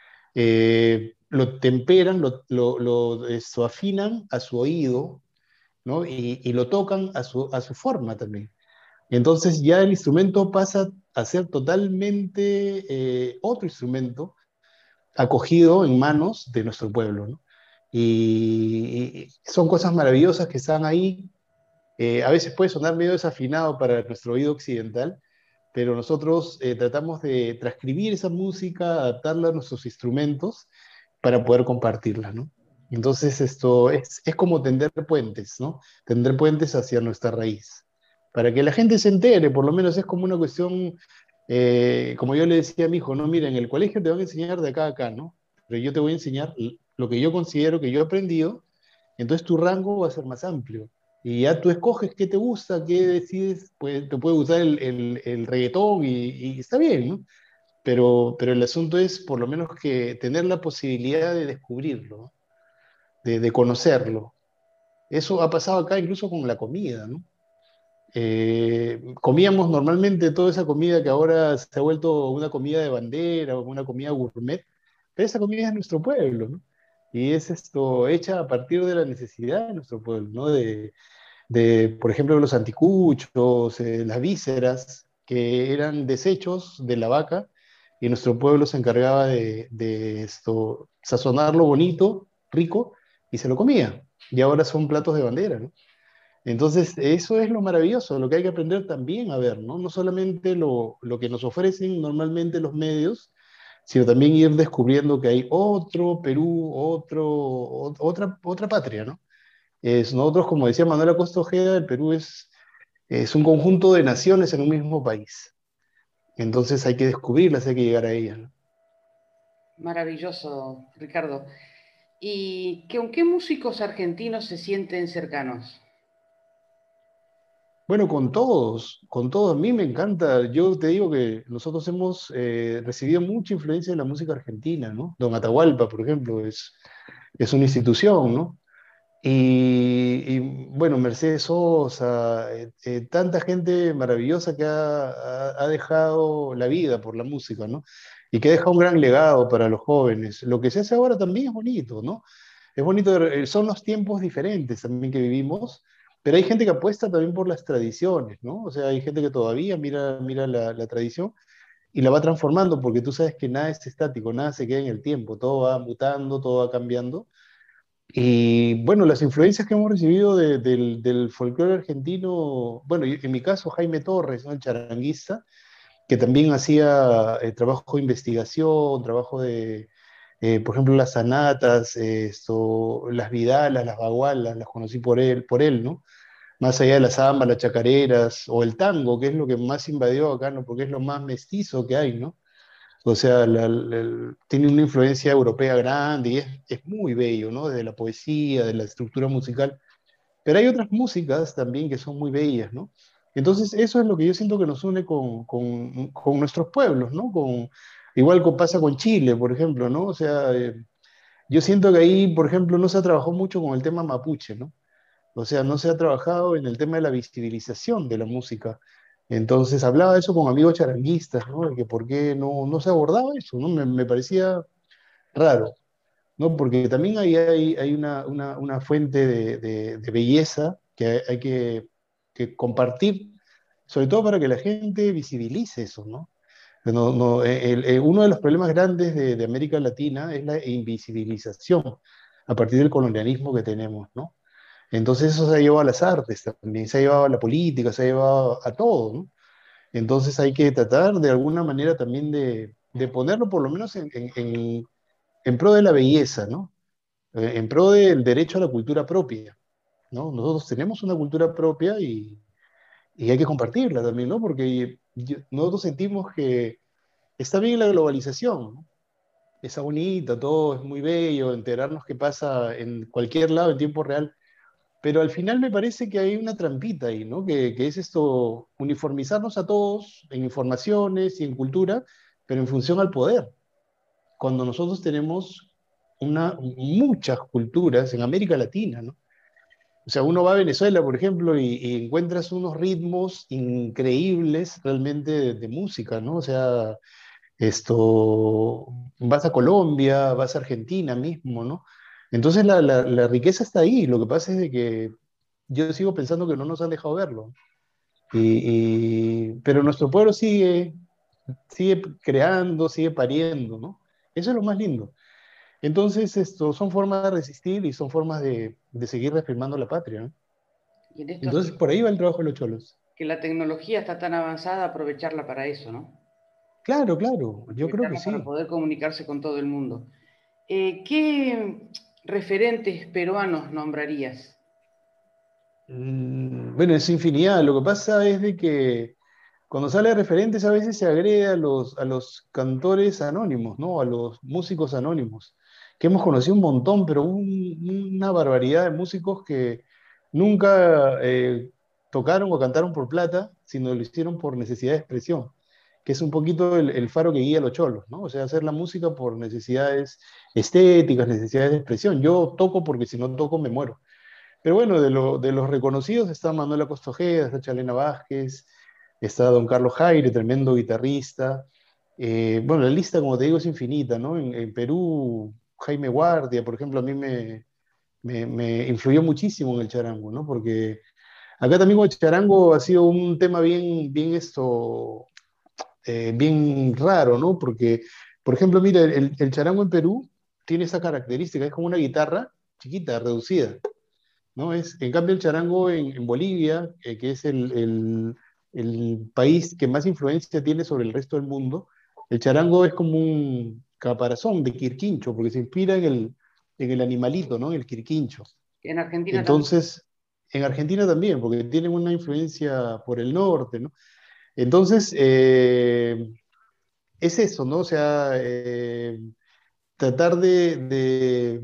Speaker 14: Eh, lo temperan, lo, lo, lo esto, afinan a su oído, ¿no? Y, y lo tocan a su, a su forma también. Entonces ya el instrumento pasa a ser totalmente eh, otro instrumento acogido en manos de nuestro pueblo, ¿no? Y, y son cosas maravillosas que están ahí. Eh, a veces puede sonar medio desafinado para nuestro oído occidental, pero nosotros eh, tratamos de transcribir esa música, adaptarla a nuestros instrumentos para poder compartirla, ¿no? Entonces esto es, es como tender puentes, ¿no? Tender puentes hacia nuestra raíz, para que la gente se entere, por lo menos es como una cuestión, eh, como yo le decía a mi hijo, no, mira, en el colegio te van a enseñar de acá a acá, ¿no? Pero yo te voy a enseñar lo que yo considero que yo he aprendido, entonces tu rango va a ser más amplio. Y ya tú escoges qué te gusta, qué decides, pues te puede gustar el, el, el reggaetón y, y está bien, ¿no? pero, pero el asunto es por lo menos que tener la posibilidad de descubrirlo, ¿no? de, de conocerlo. Eso ha pasado acá incluso con la comida, ¿no? Eh, comíamos normalmente toda esa comida que ahora se ha vuelto una comida de bandera o una comida gourmet, pero esa comida es nuestro pueblo, ¿no? Y es esto hecha a partir de la necesidad de nuestro pueblo, ¿no? De, de, por ejemplo, los anticuchos, eh, las vísceras, que eran desechos de la vaca, y nuestro pueblo se encargaba de, de esto, sazonarlo bonito, rico, y se lo comía. Y ahora son platos de bandera, ¿no? Entonces, eso es lo maravilloso, lo que hay que aprender también a ver, ¿no? No solamente lo, lo que nos ofrecen normalmente los medios, sino también ir descubriendo que hay otro Perú, otro, o- otra, otra patria, ¿no? Es, nosotros, como decía Manuel Acosta Ojeda, el Perú es, es un conjunto de naciones en un mismo país. Entonces hay que descubrirlas, hay que llegar a ellas, ¿no?
Speaker 3: Maravilloso, Ricardo. ¿Y que, con qué músicos argentinos se sienten cercanos?
Speaker 14: Bueno, con todos, con todos, a mí me encanta. Yo te digo que nosotros hemos eh, recibido mucha influencia de la música argentina, ¿no? Don Atahualpa, por ejemplo, es, es una institución, ¿no? Y, y, bueno, Mercedes Sosa, eh, eh, tanta gente maravillosa que ha, ha- ha dejado la vida por la música, ¿no? Y que ha dejado un gran legado para los jóvenes. Lo que se hace ahora también es bonito, ¿no? Es bonito, eh, son los tiempos diferentes también que vivimos, pero hay gente que apuesta también por las tradiciones, ¿no? O sea, hay gente que todavía mira, mira la, la tradición y la va transformando, porque tú sabes que nada es estático, nada se queda en el tiempo, todo va mutando, todo va cambiando. Y bueno, las influencias que hemos recibido de- del, del folclore argentino, bueno, y en mi caso Jaime Torres, ¿no? El charanguista, que también hacía eh, trabajo de investigación, trabajo de, eh, por ejemplo, las sanatas, eh, esto, las vidalas, las bagualas, las conocí por él, por él, ¿no? Más allá de la samba, las chacareras, o el tango, que es lo que más invadió acá, ¿no? Porque es lo más mestizo que hay, ¿no? O sea, la- la- tiene una influencia europea grande y es, es muy bello, ¿no? Desde la poesía, de la estructura musical. Pero hay otras músicas también que son muy bellas, ¿no? Entonces, eso es lo que yo siento que nos une con, con- con nuestros pueblos, ¿no? Con, igual que pasa con Chile, por ejemplo, ¿no? O sea, eh, yo siento que ahí, por ejemplo, no se ha trabajado mucho con el tema mapuche, ¿no? O sea, no se ha trabajado en el tema de la visibilización de la música. Entonces, hablaba eso con amigos charanguistas, ¿no? De que por qué no, no se abordaba eso, ¿no? Me, me parecía raro, ¿no? Porque también ahí hay, hay una, una, una fuente de, de- de belleza que hay, hay que, que compartir, sobre todo para que la gente visibilice eso, ¿no? No, no, el- el- uno de los problemas grandes de, de América Latina es la invisibilización a partir del colonialismo que tenemos, ¿no? Entonces eso se ha llevado a las artes también, se ha llevado a la política, se ha llevado a todo, ¿no? Entonces hay que tratar de alguna manera también de, de ponerlo por lo menos en, en- en- en pro de la belleza, ¿no? Eh, En pro del derecho a la cultura propia, ¿no? Nosotros tenemos una cultura propia y, y hay que compartirla también, ¿no? Porque yo- nosotros sentimos que está bien la globalización, ¿no? Está bonita, todo es muy bello, enterarnos qué pasa en cualquier lado en tiempo real. Pero al final me parece que hay una trampita ahí, ¿no? Que, que es esto, uniformizarnos a todos en informaciones y en cultura, pero en función al poder. Cuando nosotros tenemos una, muchas culturas en América Latina, ¿no? O sea, uno va a Venezuela, por ejemplo, y, y encuentras unos ritmos increíbles realmente de, de música, ¿no? O sea, esto, vas a Colombia, vas a Argentina mismo, ¿no? Entonces la, la, la riqueza está ahí, lo que pasa es de que yo sigo pensando que no nos han dejado verlo. Y, y- pero nuestro pueblo sigue, sigue creando, sigue pariendo, ¿no? Eso es lo más lindo. Entonces, esto son formas de resistir y son formas de, de seguir reafirmando la patria, ¿no?
Speaker 3: Y en estos
Speaker 14: Entonces,
Speaker 3: tiempos
Speaker 14: por ahí va el trabajo de los cholos.
Speaker 3: que la tecnología está tan avanzada, aprovecharla para eso, ¿no?
Speaker 14: Claro, claro, yo creo que
Speaker 3: Aprovecharla para
Speaker 14: sí.
Speaker 3: poder comunicarse con todo el mundo. Eh, ¿qué referentes peruanos nombrarías?
Speaker 14: Mm, bueno, es infinidad. Lo que pasa es de que cuando sale de referentes a veces se agrede a los, a los cantores anónimos, ¿no? A los músicos anónimos, que hemos conocido un montón, pero un- una barbaridad de músicos que nunca eh, tocaron o cantaron por plata, sino lo hicieron por necesidad de expresión. que es un poquito el, el faro que guía a los cholos, ¿no? O sea, hacer la música por necesidades estéticas, necesidades de expresión. Yo toco porque si no toco me muero. Pero bueno, de, lo, de los reconocidos está Manuela Costa Ojeda, está Chalena Vázquez, está Don Carlos Jaire, tremendo guitarrista. Eh, bueno, la lista, como te digo, es infinita, ¿no? En, en Perú, Jaime Guardia, por ejemplo, a mí me, me, me influyó muchísimo en el charango, ¿no? Porque acá también con el charango ha sido un tema bien, bien esto, eh, bien raro, ¿no? Porque, por ejemplo, mira, el, el charango en Perú tiene esa característica, es como una guitarra chiquita, reducida, ¿no? Es, en cambio, el charango en, en Bolivia, eh, que es el, el, el país que más influencia tiene sobre el resto del mundo, el charango es como un caparazón de quirquincho, porque se inspira en el, en el animalito, ¿no? En el quirquincho.
Speaker 3: En Argentina también.
Speaker 14: Entonces, en Argentina también, porque tienen una influencia por el norte, ¿no? Entonces, eh, es eso, ¿no? O sea, eh, tratar de, de,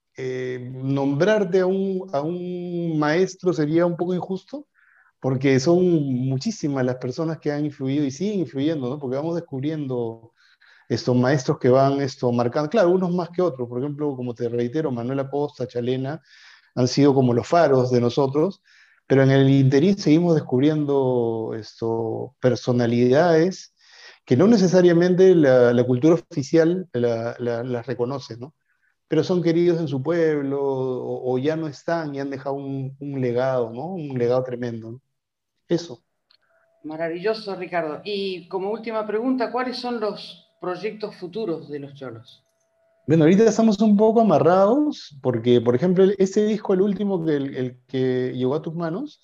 Speaker 14: eh, nombrarte a un, a un maestro sería un poco injusto, porque son muchísimas las personas que han influido y siguen influyendo, ¿no? Porque vamos descubriendo estos maestros que van esto, marcando, claro, unos más que otros, por ejemplo, como te reitero, Manuel Aposta, Chalena, han sido como los faros de nosotros, pero en el interín seguimos descubriendo esto, personalidades que no necesariamente la, la cultura oficial la- la- las reconoce, ¿no? Pero son queridos en su pueblo o, o ya no están y han dejado un, un legado, ¿no? Un legado tremendo, ¿no? Eso.
Speaker 3: Maravilloso, Ricardo. Y como última pregunta, ¿cuáles son los proyectos futuros de los cholos?
Speaker 14: Bueno, ahorita estamos un poco amarrados porque, por ejemplo, el- ese disco, el último, que, el, el que llegó a tus manos,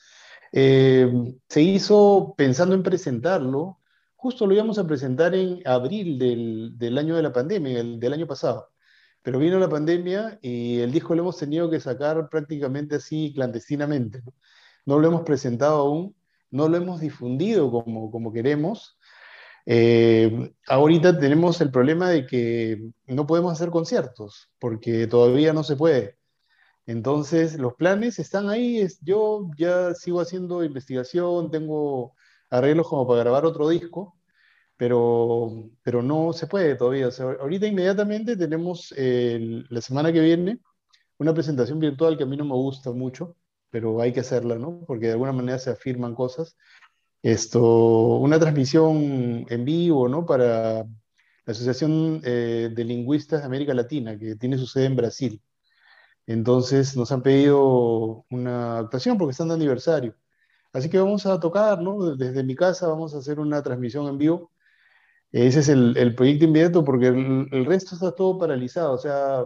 Speaker 14: eh, se hizo pensando en presentarlo. Justo lo íbamos a presentar en abril del, del año de la pandemia, el, del año pasado. Pero vino la pandemia y el disco lo hemos tenido que sacar prácticamente así clandestinamente, ¿no? No lo hemos presentado aún, no lo hemos difundido como, como queremos. Eh, ahorita tenemos el problema de que no podemos hacer conciertos porque todavía no se puede. Entonces, los planes están ahí. Es, yo ya sigo haciendo investigación, tengo arreglos como para grabar otro disco, pero, pero no se puede todavía. O sea, ahorita inmediatamente tenemos el- la semana que viene una presentación virtual que a mí no me gusta mucho, pero hay que hacerla, ¿no? Porque de alguna manera se afirman cosas. Esto, una transmisión en vivo, ¿no? Para la Asociación eh, de Lingüistas de América Latina, que tiene su sede en Brasil. Entonces nos han pedido una actuación porque están de aniversario. Así que vamos a tocar, ¿no? Desde mi casa vamos a hacer una transmisión en vivo. Ese es el, el proyecto inmediato porque el, el resto está todo paralizado. O sea,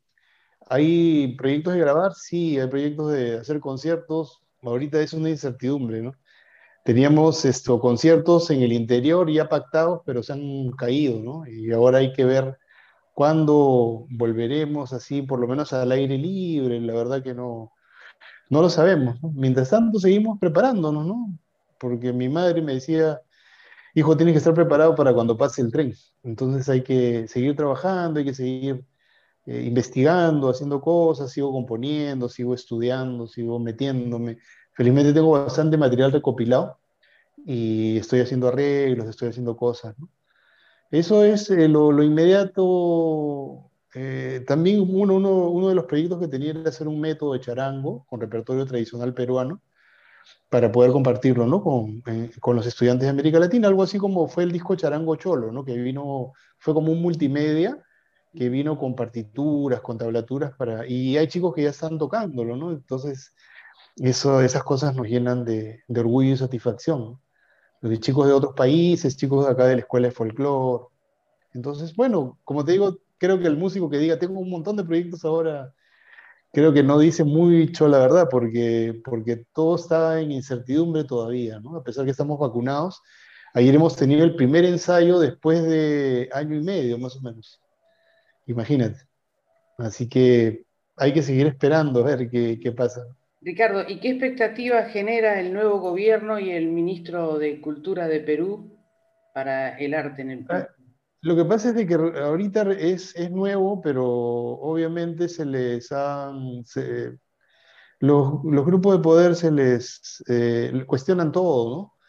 Speaker 14: hay proyectos de grabar, sí, hay proyectos de hacer conciertos. Ahorita es una incertidumbre, ¿no? Teníamos esto, conciertos en el interior ya pactados, pero se han caído, ¿no? Y ahora hay que ver cuándo volveremos así, por lo menos al aire libre. La verdad que no, no lo sabemos, ¿no? Mientras tanto, seguimos preparándonos, ¿no? Porque mi madre me decía, hijo, tienes que estar preparado para cuando pase el tren. Entonces hay que seguir trabajando, hay que seguir eh, investigando, haciendo cosas, sigo componiendo, sigo estudiando, sigo metiéndome. Felizmente tengo bastante material recopilado y estoy haciendo arreglos, estoy haciendo cosas, ¿no? Eso es eh, lo, lo inmediato. Eh, también uno, uno, uno de los proyectos que tenía era hacer un método de charango con repertorio tradicional peruano para poder compartirlo, ¿no? Con, eh, con los estudiantes de América Latina, algo así como fue el disco Charango Cholo, ¿no? Que vino, fue como un multimedia que vino con partituras, con tablaturas para, y hay chicos que ya están tocándolo, ¿no? Entonces, eso, esas cosas nos llenan de, de orgullo y satisfacción, ¿no? De chicos de otros países, chicos de acá de la escuela de folclore. Entonces, bueno, como te digo, creo que el músico que diga, tengo un montón de proyectos ahora, creo que no dice mucho la verdad, porque, porque todo está en incertidumbre todavía, ¿no? A pesar que estamos vacunados, ayer hemos tenido el primer ensayo después de año y medio, más o menos. Imagínate. Así que hay que seguir esperando a ver qué, qué pasa.
Speaker 3: Ricardo, ¿y qué expectativa genera el nuevo gobierno y el ministro de Cultura de Perú para el arte en el Perú?
Speaker 14: Ah, lo que pasa es de que ahorita es, es nuevo, pero obviamente se les han, se- los, los grupos de poder se les eh, cuestionan todo, ¿no?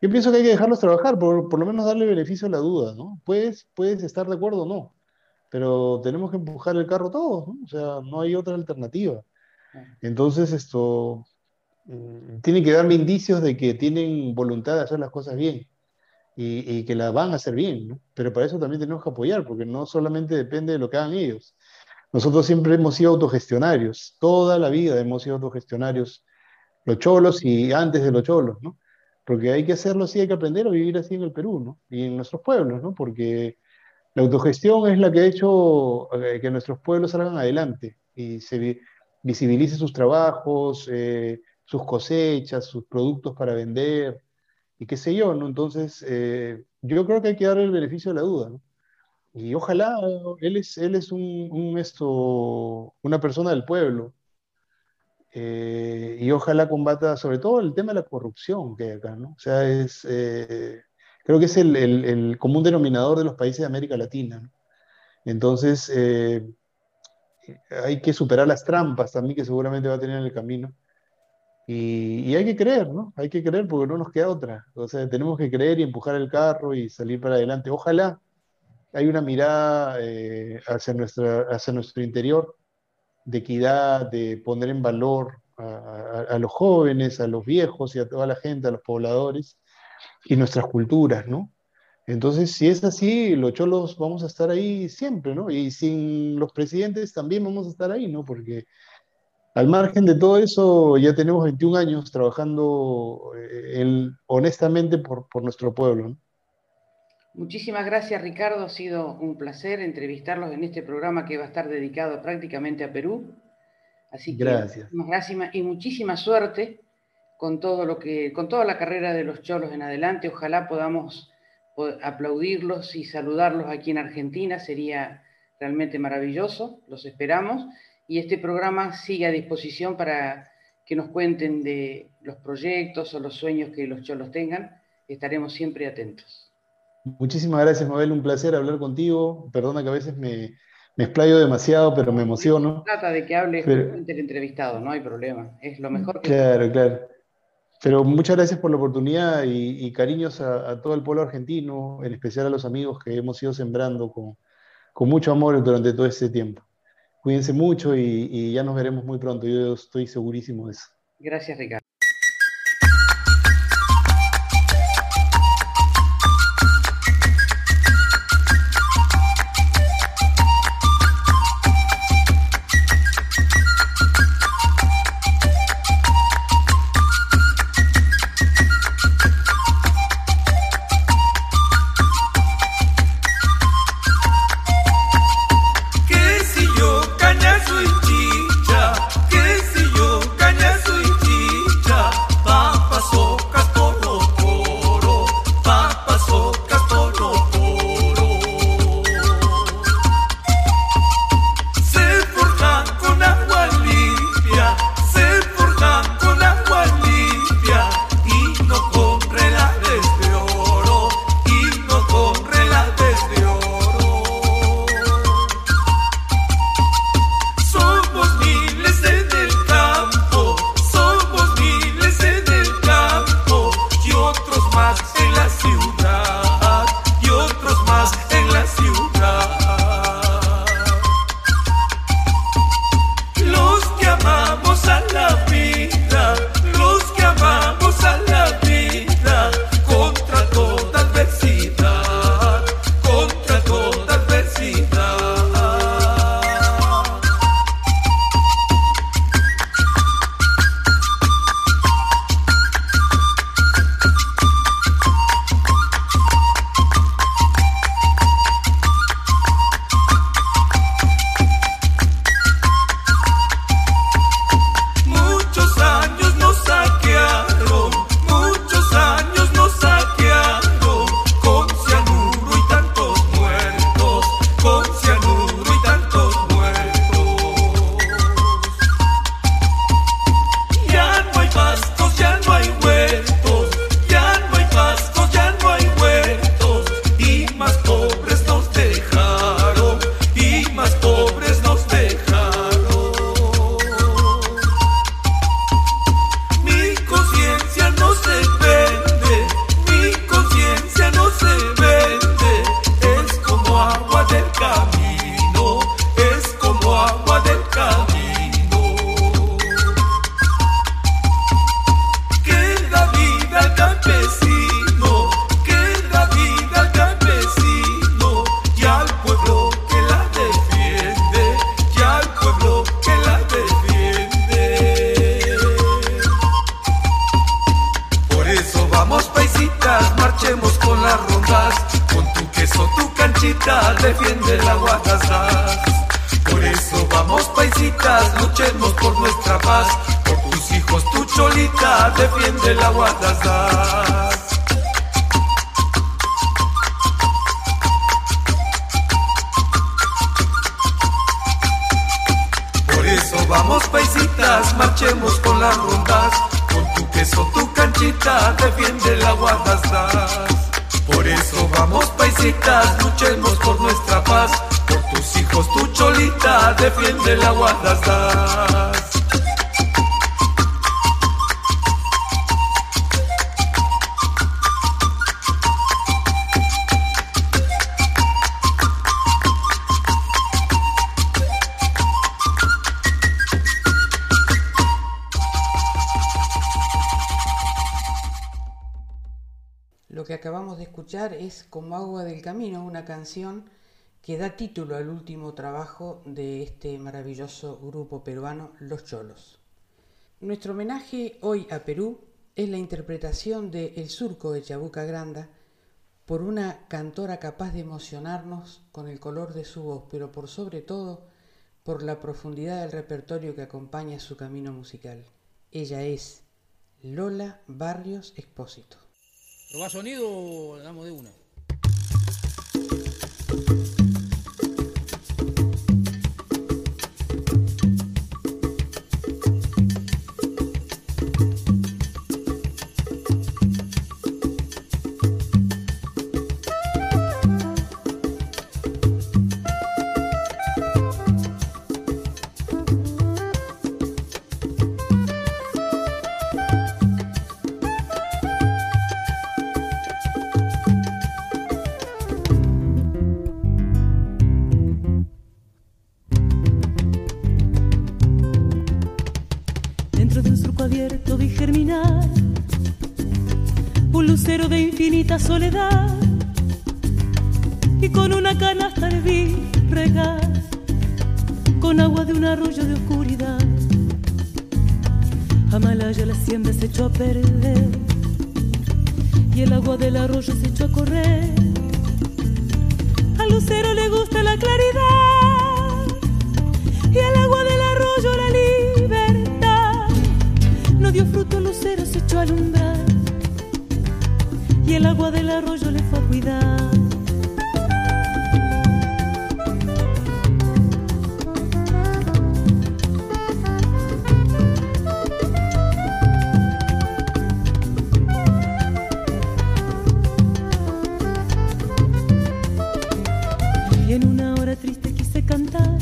Speaker 14: Yo pienso que hay que dejarlos trabajar, por, por lo menos darle beneficio a la duda, ¿no? Puedes, puedes estar de acuerdo o no, pero tenemos que empujar el carro todos, ¿no? O sea, no hay otra alternativa. Entonces, esto, mm, tienen que darme indicios de que tienen voluntad de hacer las cosas bien y, y que las van a hacer bien, ¿no? Pero para eso también tenemos que apoyar, porque no solamente depende de lo que hagan ellos. Nosotros siempre hemos sido autogestionarios, toda la vida hemos sido autogestionarios, los cholos y antes de los cholos, ¿no? Porque hay que hacerlo así, hay que aprender a vivir así en el Perú, ¿no? Y en nuestros pueblos, ¿no? Porque la autogestión es la que ha hecho eh, que nuestros pueblos salgan adelante y se vi- visibilice sus trabajos, eh, sus cosechas, sus productos para vender y qué sé yo, ¿no? Entonces, eh, yo creo que hay que darle el beneficio de la duda, ¿no? Y ojalá, él es, él es un, un esto, una persona del pueblo, eh, y ojalá combata sobre todo el tema de la corrupción que hay acá, ¿no? O sea, es, eh, creo que es el, el- el común denominador de los países de América Latina, ¿no? Entonces, eh, hay que superar las trampas también que seguramente va a tener en el camino. Y, y hay que creer, ¿no? Hay que creer porque no nos queda otra. O sea, tenemos que creer y empujar el carro y salir para adelante. Ojalá hay una mirada eh, hacia nuestra, hacia nuestro interior de equidad, de poner en valor a, a- a los jóvenes, a los viejos y a toda la gente, a los pobladores y nuestras culturas, ¿no? Entonces, si es así, los cholos vamos a estar ahí siempre, ¿no? Y sin los presidentes también vamos a estar ahí, ¿no? Porque al margen de todo eso, ya tenemos veintiún años trabajando eh, el- honestamente por, por nuestro pueblo, ¿no?
Speaker 3: Muchísimas gracias, Ricardo. Ha sido un placer entrevistarlos en este programa que va a estar dedicado prácticamente a Perú. Así que
Speaker 14: Gracias.
Speaker 3: muchísimas gracias y muchísima suerte con todo lo que, con toda la carrera de los cholos en adelante. Ojalá podamos po- aplaudirlos y saludarlos aquí en Argentina. Sería realmente maravilloso. Los esperamos. Y este programa sigue a disposición para que nos cuenten de los proyectos o los sueños que los cholos tengan. Estaremos siempre atentos.
Speaker 14: Muchísimas gracias, Mabel. Un placer hablar contigo. Perdona que a veces me, me explayo demasiado, pero me emociono.
Speaker 3: Trata de que hable
Speaker 14: Pero,
Speaker 3: justamente el entrevistado, no hay problema. Es lo mejor que
Speaker 14: claro, claro. Pero muchas gracias por la oportunidad y, y cariños a, a todo el pueblo argentino, en especial a los amigos que hemos ido sembrando con, con mucho amor durante todo este tiempo. Cuídense mucho y, y ya nos veremos muy pronto. Yo estoy segurísimo de eso.
Speaker 3: Gracias, Ricardo.
Speaker 13: Que si yo cañazo y chicha, que si yo cañazo y chicha. camino, es como agua del camino. Que da vida al campesino, que da vida al campesino, y al pueblo que la defiende, y al pueblo que la defiende. Por eso vamos paisitas, marchemos con las rondas, con tu queso, tu canchita, defiende la Guadalajara. Por eso vamos paisitas, luchemos por nuestra paz, por tus hijos, tu cholita, defiende la Guadalajara. Por eso vamos paisitas, marchemos con las rondas, con tu queso, tu canchita, defiende la Guadalajara. Por eso vamos paisitas, luchemos por nuestra paz, por tus hijos, tu cholita, defiende la Guadalajara.
Speaker 3: Lo que acabamos de escuchar es Como agua del camino, una canción que da título al último trabajo de este maravilloso grupo peruano, Los Cholos. Nuestro homenaje hoy a Perú es la interpretación de El Surco de Chabuca Granda por una cantora capaz de emocionarnos con el color de su voz, pero por sobre todo por la profundidad del repertorio que acompaña su camino musical. Ella es Lola Barrios Expósito.
Speaker 15: ¿Probá sonido o le damos de una?
Speaker 12: De infinita soledad, y con una canasta le vi regar con agua de un arroyo de oscuridad. Amalaya la siembra se echó a perder y el agua del arroyo se echó a correr. Al lucero le gusta la claridad y al agua del arroyo la libertad. No dio fruto el lucero, se echó a alumbrar y el agua del arroyo le fue a cuidar. Y en una hora triste quise cantar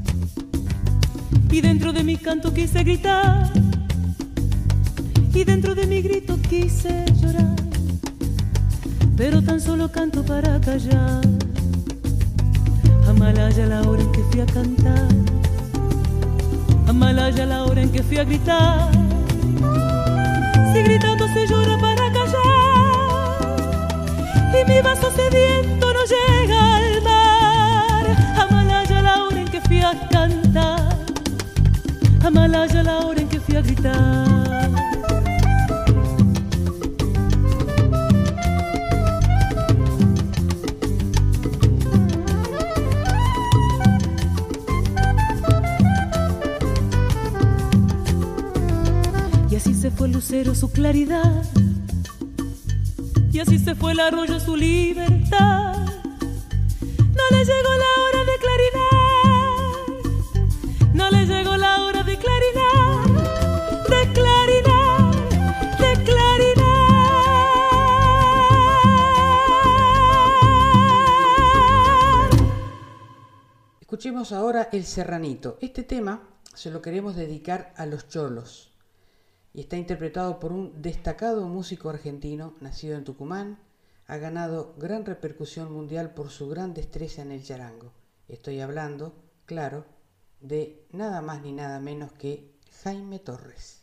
Speaker 12: y dentro de mi canto quise gritar y dentro de mi grito quise llorar, pero tan solo canto para callar. Amalaya la hora en que fui a cantar, Amalaya la hora en que fui a gritar. Si gritando se llora para callar y mi vaso sediento no llega al mar. Amalaya la hora en que fui a cantar, Amalaya la hora en que fui a gritar. Fue el lucero su claridad y así se fue el arroyo su libertad. No le llegó la hora de claridad, no le llegó la hora de claridad, de claridad, de claridad.
Speaker 3: Escuchemos ahora El Serranito. Este tema se lo queremos dedicar a los cholos y está interpretado por un destacado músico argentino nacido en Tucumán. Ha ganado gran repercusión mundial por su gran destreza en el charango. Estoy hablando, claro, de nada más ni nada menos que Jaime Torres.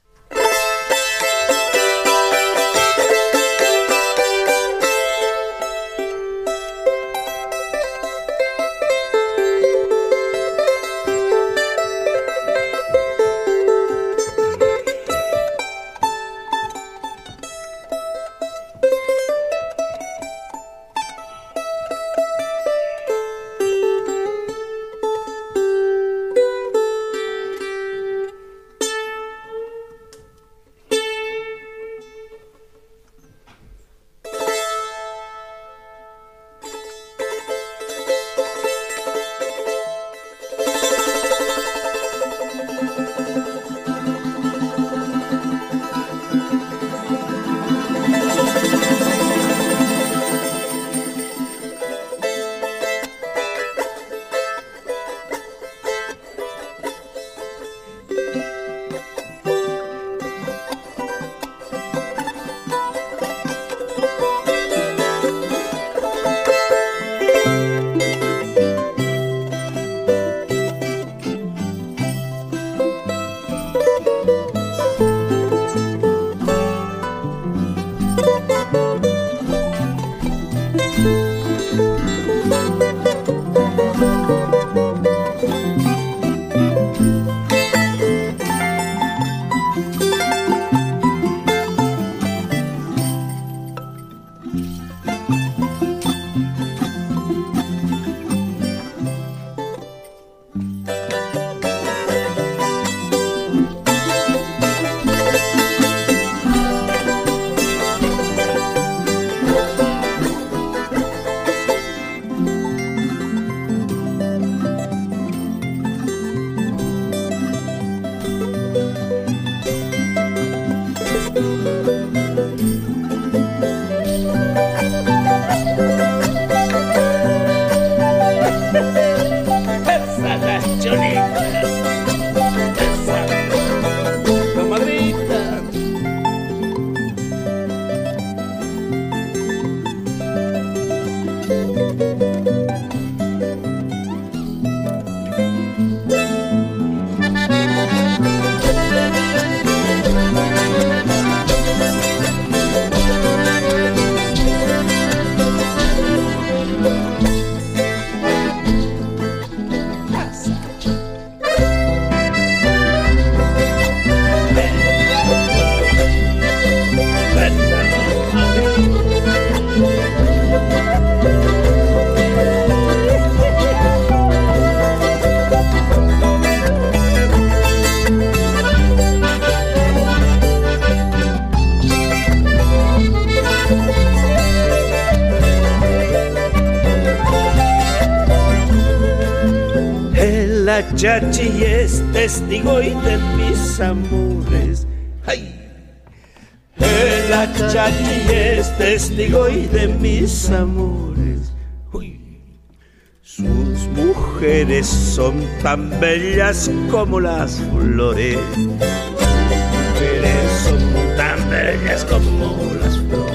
Speaker 16: Chachi es testigo hoy de mis amores. ¡Ay! La Chachi es testigo hoy de mis amores. ¡Uy! Sus mujeres son tan bellas como las flores. Sus mujeres son tan bellas como las flores.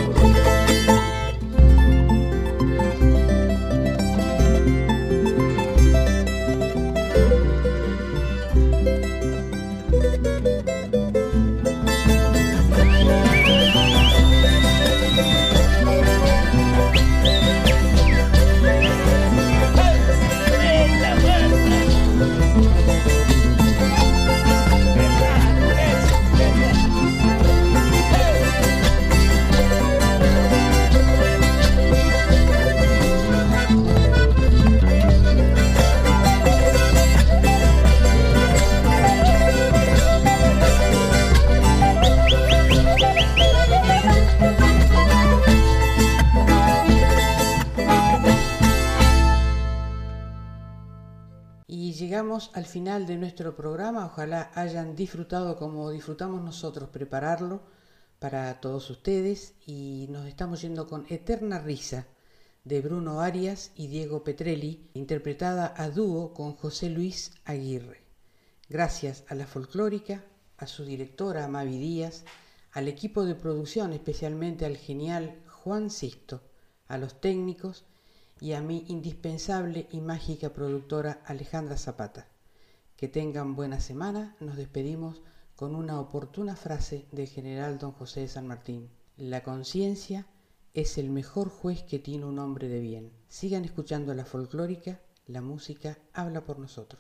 Speaker 3: Llegamos al final de nuestro programa. Ojalá hayan disfrutado como disfrutamos nosotros prepararlo para todos ustedes, y nos estamos yendo con Eterna Risa de Bruno Arias y Diego Petrelli, interpretada a dúo con José Luis Aguirre. Gracias a la folclórica, a su directora Mavi Díaz, al equipo de producción, especialmente al genial Juan Sisto, a los técnicos y a mi indispensable y mágica productora Alejandra Zapata. Que tengan buena semana. Nos despedimos con una oportuna frase del general don José de San Martín. La conciencia es el mejor juez que tiene un hombre de bien. Sigan escuchando la folclórica, la música habla por nosotros.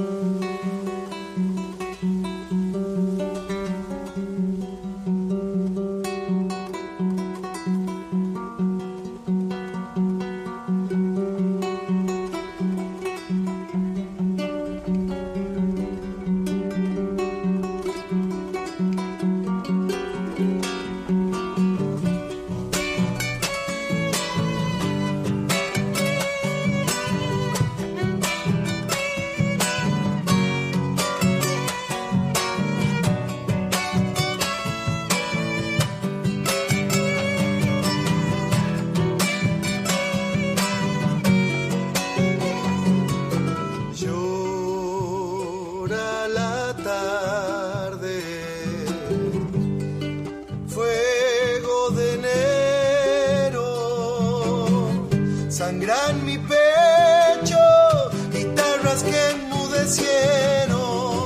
Speaker 17: Sangran mi pecho, guitarras que enmudecieron.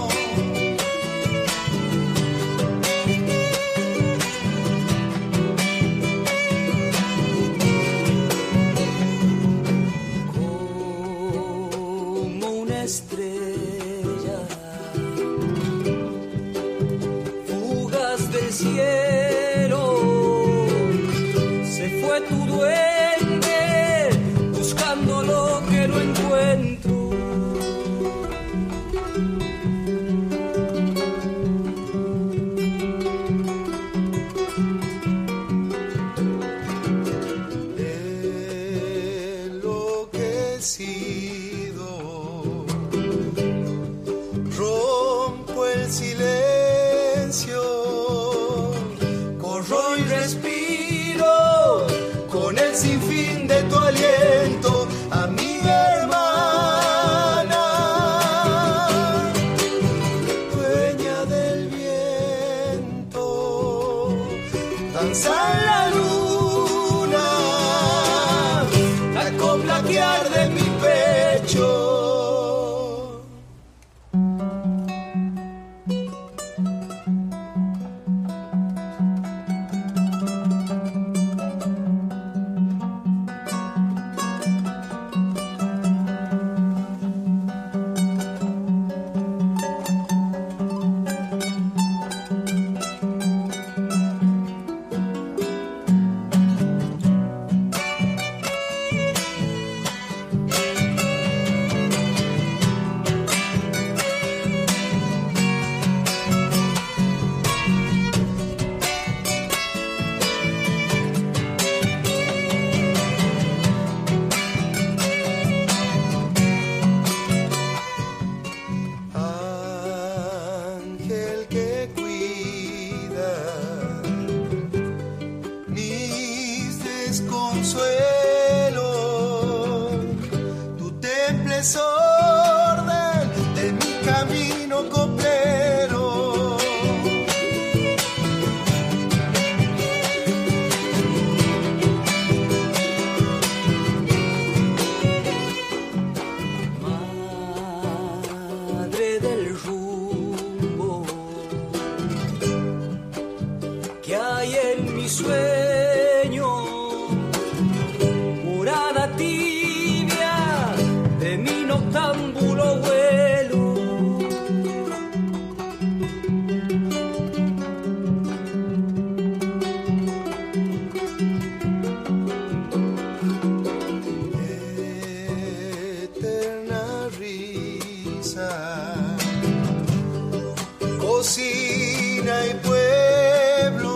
Speaker 5: Como una estrella, fugas del cielo, se fue tu dueño. Buscando lo que no encuentro.
Speaker 17: Enloquecido, rompo el silencio, corro y respiro con el sinfín de tu aliento. La luna, la copla que arde en mi pecho. Consuelo, tu temple es orden de mi camino coplero.
Speaker 5: Madre del rumbo que hay en mi sueño. Tibia de mi noctámbulo vuelo.
Speaker 17: Eterna risa, cocina y pueblo,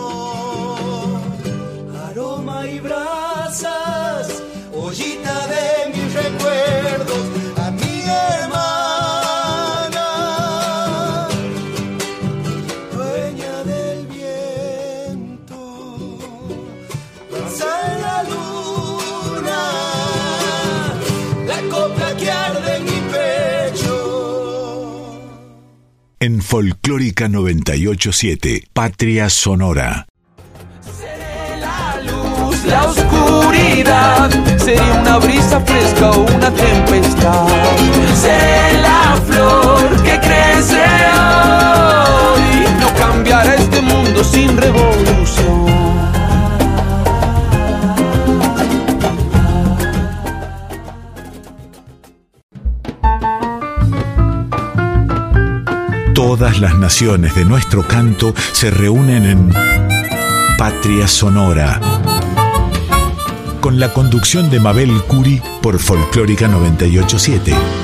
Speaker 17: aroma y brasas, ollita de mis recuerdos, a mi hermana, dueña del viento, danza en la luna, la copla que arde en mi pecho.
Speaker 1: En Folclórica noventa y ocho punto siete, Patria Sonora.
Speaker 2: Seré la luz, la oscuridad. oscuridad, sería una brisa fresca o una tempestad. Seré la flor que crece hoy, no cambiará este mundo sin revolución.
Speaker 1: Todas las naciones de nuestro canto se reúnen en Patria Sonora, con la conducción de Mabel Curi por Folclórica noventa y ocho punto siete.